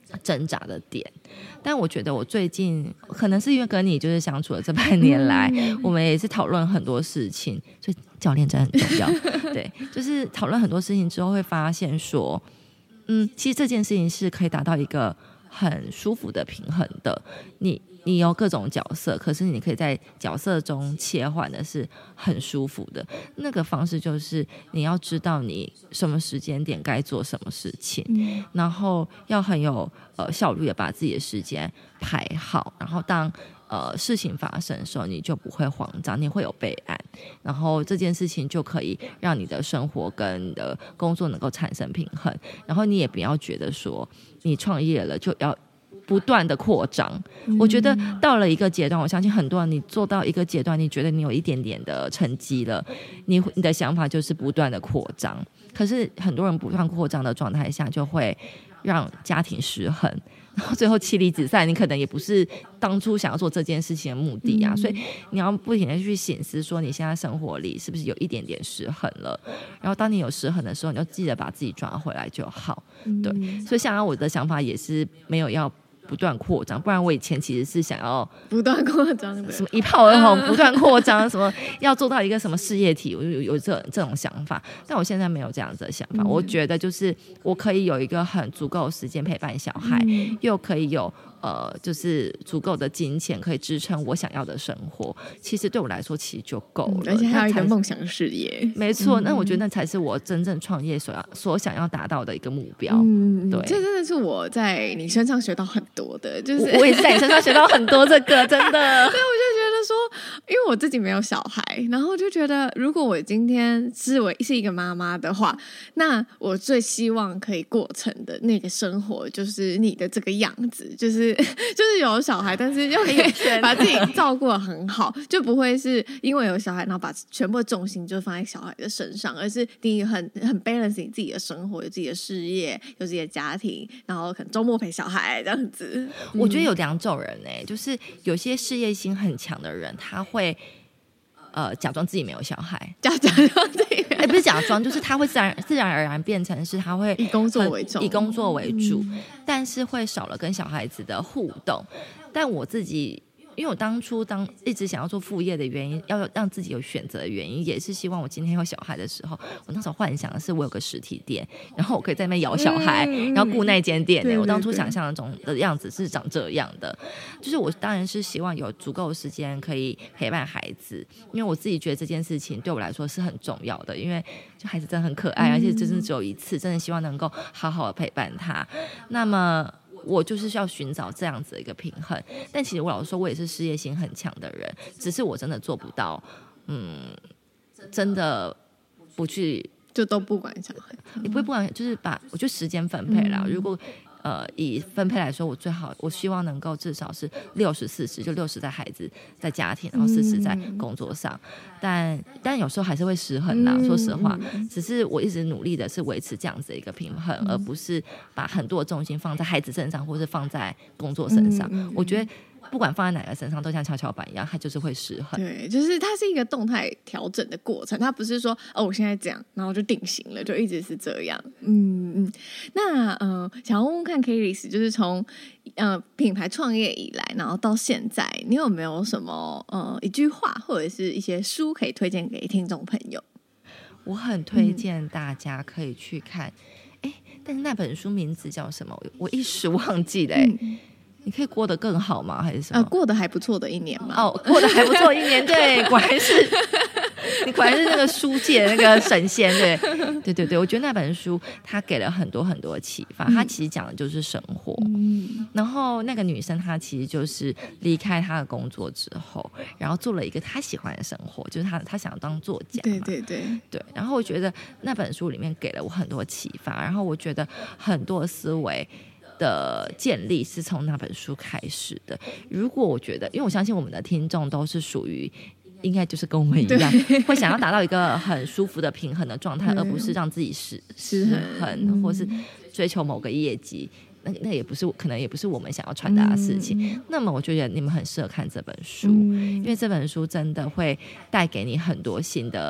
挣扎的点。但我觉得我最近可能是因为跟你就是相处了这半年来，我们也是讨论很多事情，所以教练真的很重要。对，就是讨论很多事情之后会发现说，其实这件事情是可以达到一个很舒服的平衡的。你有各种角色，可是你可以在角色中切换的是很舒服的。那个方式就是你要知道你什么时间点该做什么事情，然后要很有效率的把自己的时间排好，然后当事情发生的时候你就不会慌张，你会有备案，然后这件事情就可以让你的生活跟你的工作能够产生平衡。然后你也不要觉得说你创业了就要不断的扩张。我觉得到了一个阶段，我相信很多人你做到一个阶段，你觉得你有一点点的成绩了，你的想法就是不断的扩张。可是很多人不断扩张的状态下就会让家庭失衡，然后最后妻离子散，你可能也不是当初想要做这件事情的目的啊。所以你要不停的去省思说你现在生活里是不是有一点点失衡了，然后当你有失衡的时候，你就记得把自己抓回来就好。对，所以像我的想法也是没有要不断扩张，不然我以前其实是想要不断扩张的， 什么一炮而红，不断扩张，什么要做到一个什么事业体，我有这种想法。但我现在没有这样子的想法，我觉得就是我可以有一个很足够的时间陪伴小孩，又可以有就是足够的金钱可以支撑我想要的生活，其实对我来说其实就够了。 而且还有一个梦想事业， 没错。那我觉得那才是我真正创业所想要达到的一个目标。对， 这真的是我在你身上学到很多的，就是我也是在你身上学到很多这个，真的。 所以我就觉得说，因为我自己没有小孩，然后就觉得如果我今天是一个妈妈的话，那我最希望可以过成的那个生活就是你的这个样子，就是有小孩，但是又可以把自己照顾得很好，就不会是因为有小孩然后把全部的重心就放在小孩的身上，而是你很 balance 你自己的生活，有自己的事业，有自己的家庭，然后可能周末陪小孩这样子。 我觉得有两种人就是有些事业心很强的人，他会假装自己没有小孩， 假装自己不是假装，就是他会自然而然变成是他会以工作为重， 以工作为主，但是会少了跟小孩子的互动。但我自己因为我当初一直想要做副业的原因，要让自己有选择的原因，也是希望我今天有小孩的时候，我那时候幻想的是我有个实体店，然后我可以在那边养小孩，然后顾那间店。我当初想象中的样子是长这样的，就是我当然是希望有足够的时间可以陪伴孩子，因为我自己觉得这件事情对我来说是很重要的，因为就孩子真的很可爱，而且真的只有一次，真的希望能够好好的陪伴他。那么我就是需要寻找这样子的一个平衡，但其实我老实说，我也是事业心很强的人，只是我真的做不到，真的不去就都不管小孩， 也不会不管，就是我就时间分配啦。如果以分配来说，我希望能够至少是60-40，就60在孩子在家庭，然后40在工作上。但有时候还是会失衡啦，说实话。只是我一直努力的是维持这样子的一个平衡，而不是把很多的重心放在孩子身上，或是放在工作身上。我觉得不管放在哪个身上，都像跷跷板一样，它就是会失衡。 对，就是它是一个动态调整的过程，它不是说我现在这样，然后就定型了，就一直是这样。那想问问看 Karis， 就是从品牌创业以来，然后到现在，你有没有什么一句话或者是一些书可以推荐给听众朋友？ 我很推荐大家可以去看，但是那本书名字叫什么？我一时忘记了。你可以过得更好吗？还是什么？ 过得还不错的一年嘛。 过得还不错一年，对，果然是你果然是那个书界的那个神仙，对，我觉得那本书它给了很多很多启发，它其实讲的就是生活。然后那个女生她其实就是离开她的工作之后，然后做了一个她喜欢的生活，就是她想当作家嘛。对。然后我觉得那本书里面给了我很多启发，然后我觉得很多思维的建立是从那本书开始的。如果我觉得，因为我相信我们的听众都是属于就是跟我们一样，会想要达到一个很舒服的平衡的状态，而不是让自己失衡，或是追求某个业绩，那也不是，可能也不是我们想要传达的事情。那么我觉得你们很适合看这本书，因为这本书真的会带给你很多新的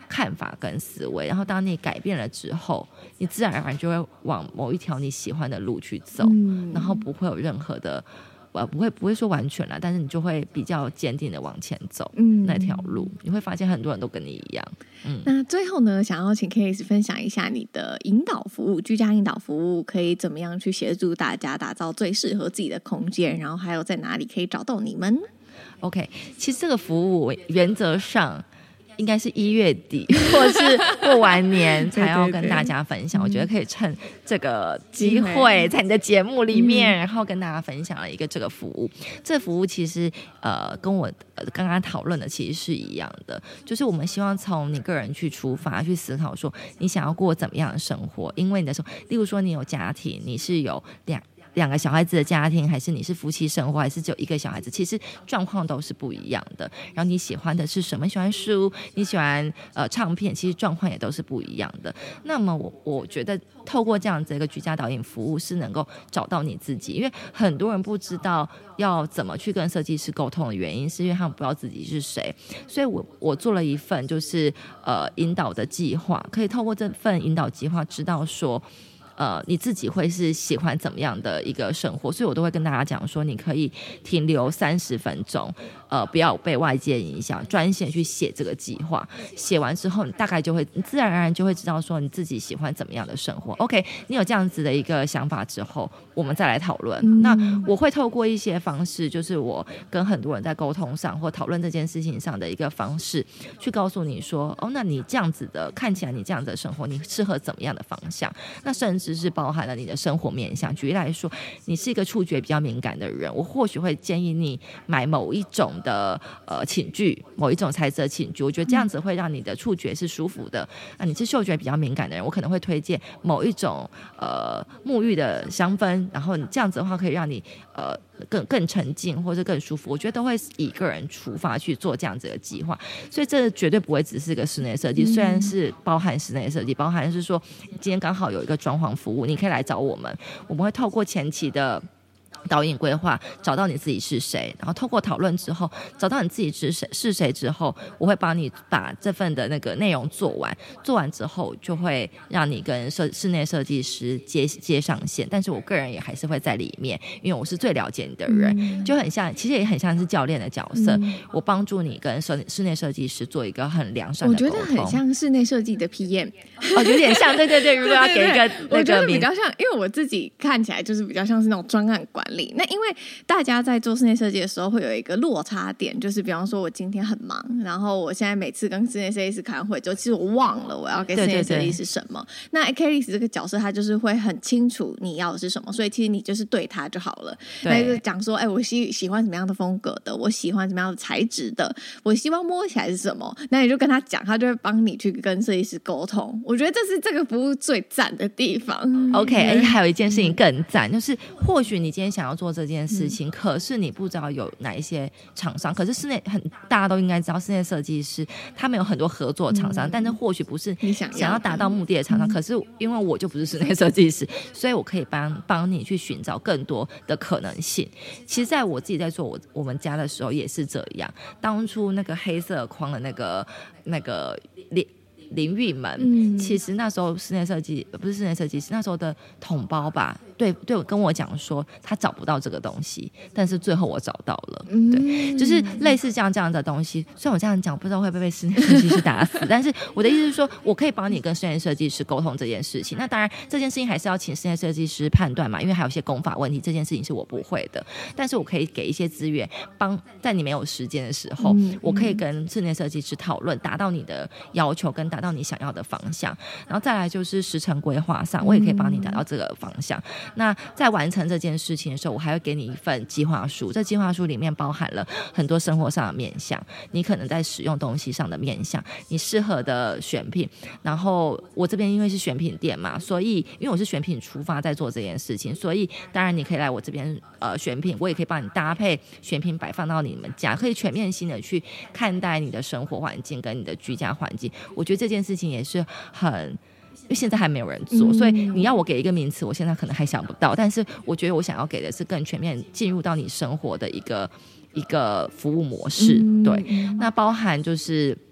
看法跟思维，然后当你改变了之后，你自然而然就会往某一条你喜欢的路去走，然后不会有任何的不会说完全啦，但是你就会比较坚定的往前走，那条路你会发现很多人都跟你一样。 那最后呢，想要请 Case 分享一下你的引导服务，居家引导服务可以怎么样去协助大家打造最适合自己的空间，然后还有在哪里可以找到你们？ OK， 其实这个服务原则上应该是1月底或是过完年才要跟大家分享。我觉得可以趁这个机会在你的节目里面，然后跟大家分享了一个这个服务。这个服务其实跟我刚刚讨论的其实是一样的，就是我们希望从你个人去出发，去思考说你想要过怎么样的生活。因为你的时候，例如说你有家庭，你是有两个小孩子的家庭，还是你是夫妻生活，还是只有一个小孩子，其实状况都是不一样的。然后你喜欢的是什么？喜欢书，你喜欢唱片，其实状况也都是不一样的。那么我觉得透过这样子一个居家导引服务是能够找到你自己，因为很多人不知道要怎么去跟设计师沟通的原因是因为他们不知道自己是谁。所以我做了一份就是引导的计划，可以透过这份引导计划知道说你自己会是喜欢怎么样的一个生活。所以我都会跟大家讲说，你可以停留30分钟，不要被外界影响，专心去写这个计划。写完之后，你大概你自然而然就会知道说你自己喜欢怎么样的生活。OK， 你有这样子的一个想法之后，我们再来讨论。那我会透过一些方式，就是我跟很多人在沟通上或讨论这件事情上的一个方式，去告诉你说，那你这样子的看起来你这样子的生活，你适合怎么样的方向？那甚至是包含了你的生活面向。举例来说，你是一个触觉比较敏感的人，我或许会建议你买某一种的寝具，某一种材质的寝具，我觉得这样子会让你的触觉是舒服的。那你是嗅觉比较敏感的人，我可能会推荐某一种沐浴的香氛，然后你这样子的话可以让你更沉静或者更舒服。我觉得都会以个人出发去做这样子的计划。所以这绝对不会只是个室内设计，虽然是包含室内设计，包含是说今天刚好有一个装潢服务，你可以来找我们，我们会透过前期的导引规划找到你自己是谁，然后透过讨论之后找到你自己是谁之后，我会帮你把这份的那个内容做完之后，就会让你跟室内设计师接上线。但是我个人也还是会在里面，因为我是最了解你的人，就很像，其实也很像是教练的角色，我帮助你跟室内设计师做一个很良善的沟通。 我觉得很像室内设计的 PM， 有点像，对对对。如果要给一个我觉得比较像，因为我自己看起来就是比较像是那种专案管理。那因为大家在做室内设计的时候会有一个落差点，就是比方说我今天很忙，然后我现在每次跟室内设计师开完会之后，其实我忘了我要给室内设计师什么。对对对，那 Case 这个角色他就是会很清楚你要的是什么，所以其实你就是对他就好了。那就讲说我喜欢什么样的风格的，我喜欢什么样的材质的，我希望摸起来是什么，那你就跟他讲，他就会帮你去跟设计师沟通。我觉得这是这个服务最赞的地方。 OK， 还有一件事情更赞，就是或许你今天想要做这件事情，可是你不知道有哪一些厂商，可是大家都应该知道室内设计师他们有很多合作厂商，但是或许不是你想要达到目的的厂商，可是因为我就不是室内设计师，所以我可以帮你去寻找更多的可能性。其实在我自己在做我们家的时候也是这样，当初那个黑色框的那个淋浴门，其实那时候室内设计不是室内设计师，那时候的统包吧，对，跟我讲说他找不到这个东西，但是最后我找到了。对，就是类似这样的东西。虽然我这样讲不知道会不会被室内设计师打死，但是我的意思是说我可以帮你跟室内设计师沟通这件事情。那当然这件事情还是要请室内设计师判断嘛，因为还有一些工法问题，这件事情是我不会的，但是我可以给一些资源，在你没有时间的时候，我可以跟室内设计师讨论，达到你的要求跟达到你想要的方向。然后再来就是时程规划上，我也可以帮你达到这个方向。那在完成这件事情的时候，我还会给你一份计划书，这计划书里面包含了很多生活上的面向，你可能在使用东西上的面向，你适合的选品。然后我这边因为是选品店嘛，所以因为我是选品出发在做这件事情，所以当然你可以来我这边选品，我也可以帮你搭配选品摆放到你们家，可以全面性的去看待你的生活环境跟你的居家环境。我觉得这件事情也是因为现在还没有人做，所以你要我给一个名词，我现在可能还想不到，但是我觉得我想要给的是更全面进入到你生活的一个服务模式。对，那包含就是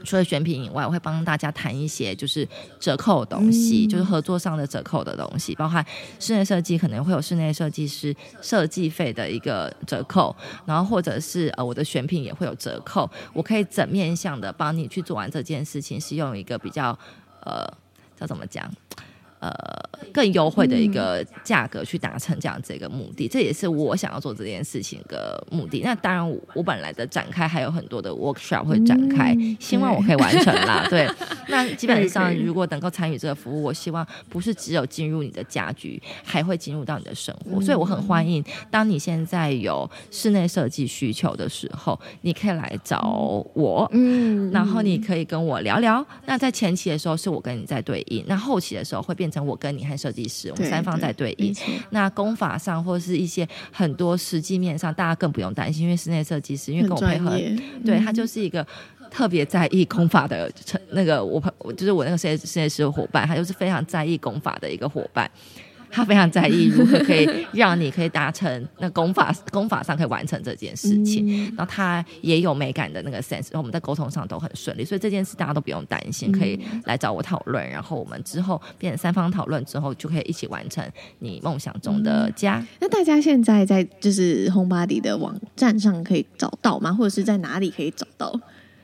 除了选品以外，我会帮大家谈一些就是折扣的东西，就是合作上的折扣的东西，包含室内设计可能会有室内设计师设计费的一个折扣，然后或者是我的选品也会有折扣，我可以整面向的帮你去做完这件事情，是用一个比较叫怎么讲？更优惠的一个价格去达成这样子一个目的，这也是我想要做这件事情的目的。那当然我本来的展开还有很多的 workshop 会展开，希望我可以完成啦。对，那基本上如果能够参与这个服务，我希望不是只有进入你的家居，还会进入到你的生活。所以我很欢迎当你现在有室内设计需求的时候，你可以来找我，然后你可以跟我聊聊。那在前期的时候是我跟你在对应，那后期的时候会变成我跟你和设计师，我们三方在对应。那工法上或是一些很多实际面上，大家更不用担心，因为室内设计师因为跟我配合，对，他就是一个特别在意工法的那个我就是我那个室内师的伙伴，他就是非常在意工法的一个伙伴。他非常在意如何可以让你可以达成那工法上可以完成这件事情，然后他也有美感的那个 sense， 然后我们在沟通上都很顺利，所以这件事大家都不用担心，可以来找我讨论，然后我们之后变成三方讨论之后，就可以一起完成你梦想中的家。 那大家现在在就是 HomeBody 的网站上可以找到吗？或者是在哪里可以找到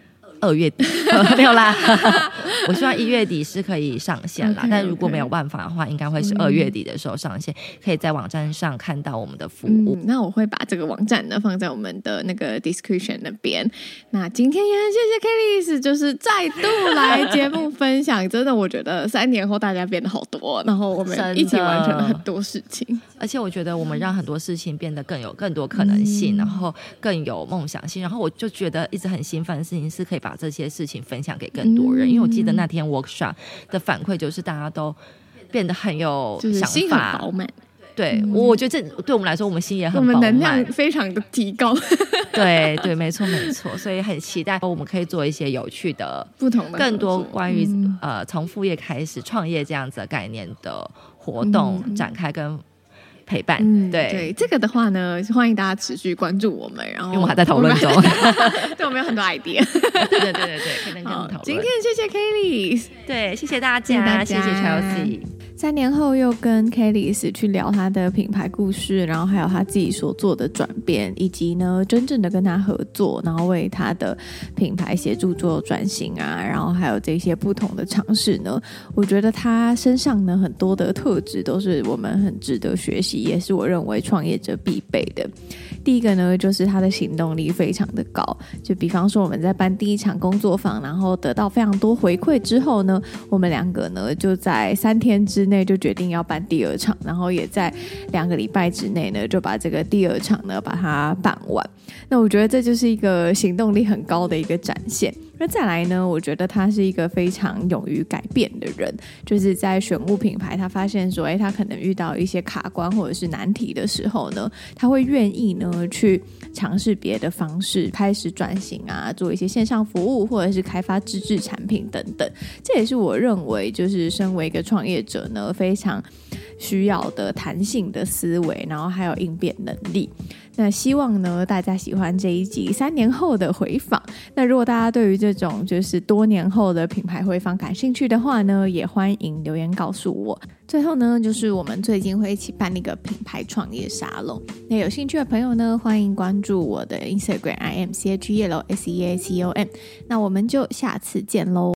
？2月底没有啦我希望1月底是可以上线啦，但如果没有办法的话，应该会是2月底的时候上线，可以在网站上看到我们的服务。 那我会把这个网站呢放在我们的那个 description 那边。那今天也很谢谢 Kelly 就是再度来节目分享真的我觉得3年后大家变得好多，然后我们一起完成了很多事情， 而且我觉得我们让很多事情变得更多可能性，然后更有梦想性，然后我就觉得一直很兴奋的事情是可以把这些事情分享给更多人，因为我记得那天 workshop 的反馈就是大家都变得很有想法，就是心很饱满。 对，我觉得这对我们来说，我们心也很饱满， 我们能量非常的提高。 对对，没错，所以很期待我们可以做一些有趣的、 不同的、 更多关于从副业开始创业这样子的概念的活动展开跟陪伴。 对，这个的话呢，欢迎大家持续关注我们，然后因为我们还在讨论中， 对，我们有很多 idea。 对，可以跟你讨论。 今天谢谢 Kelly， 对，谢谢大家，谢谢 Chelsea。 3年后又跟 Kelly 去聊他的品牌故事，然后还有他自己所做的转变，以及呢真正的跟他合作，然后为他的品牌协助做转型啊，然后还有这些不同的尝试呢，我觉得他身上呢很多的特质都是我们很值得学习，也是我认为创业者必备的。第一个呢就是他的行动力非常的高，就比方说我们在办第一场工作坊，然后得到非常多回馈之后呢，我们2个呢就在3天之内就决定要办第2场，然后也在2个礼拜之内呢就把这个第2场呢把它办完。那我觉得这就是一个行动力很高的一个展现。那再来呢，我觉得他是一个非常勇于改变的人，就是在选物品牌他发现说他可能遇到一些卡关或者是难题的时候呢，他会愿意呢去尝试别的方式，开始转型啊，做一些线上服务或者是开发自制产品等等。这也是我认为就是身为一个创业者呢非常需要的弹性的思维，然后还有应变能力。那希望呢大家喜欢这一集3年后的回访。那如果大家对于这种就是多年后的品牌回访感兴趣的话呢，也欢迎留言告诉我。最后呢，就是我们最近会一起办一个品牌创业沙龙，那有兴趣的朋友呢，欢迎关注我的 Instagram IMCHELSEACOM。那我们就下次见咯。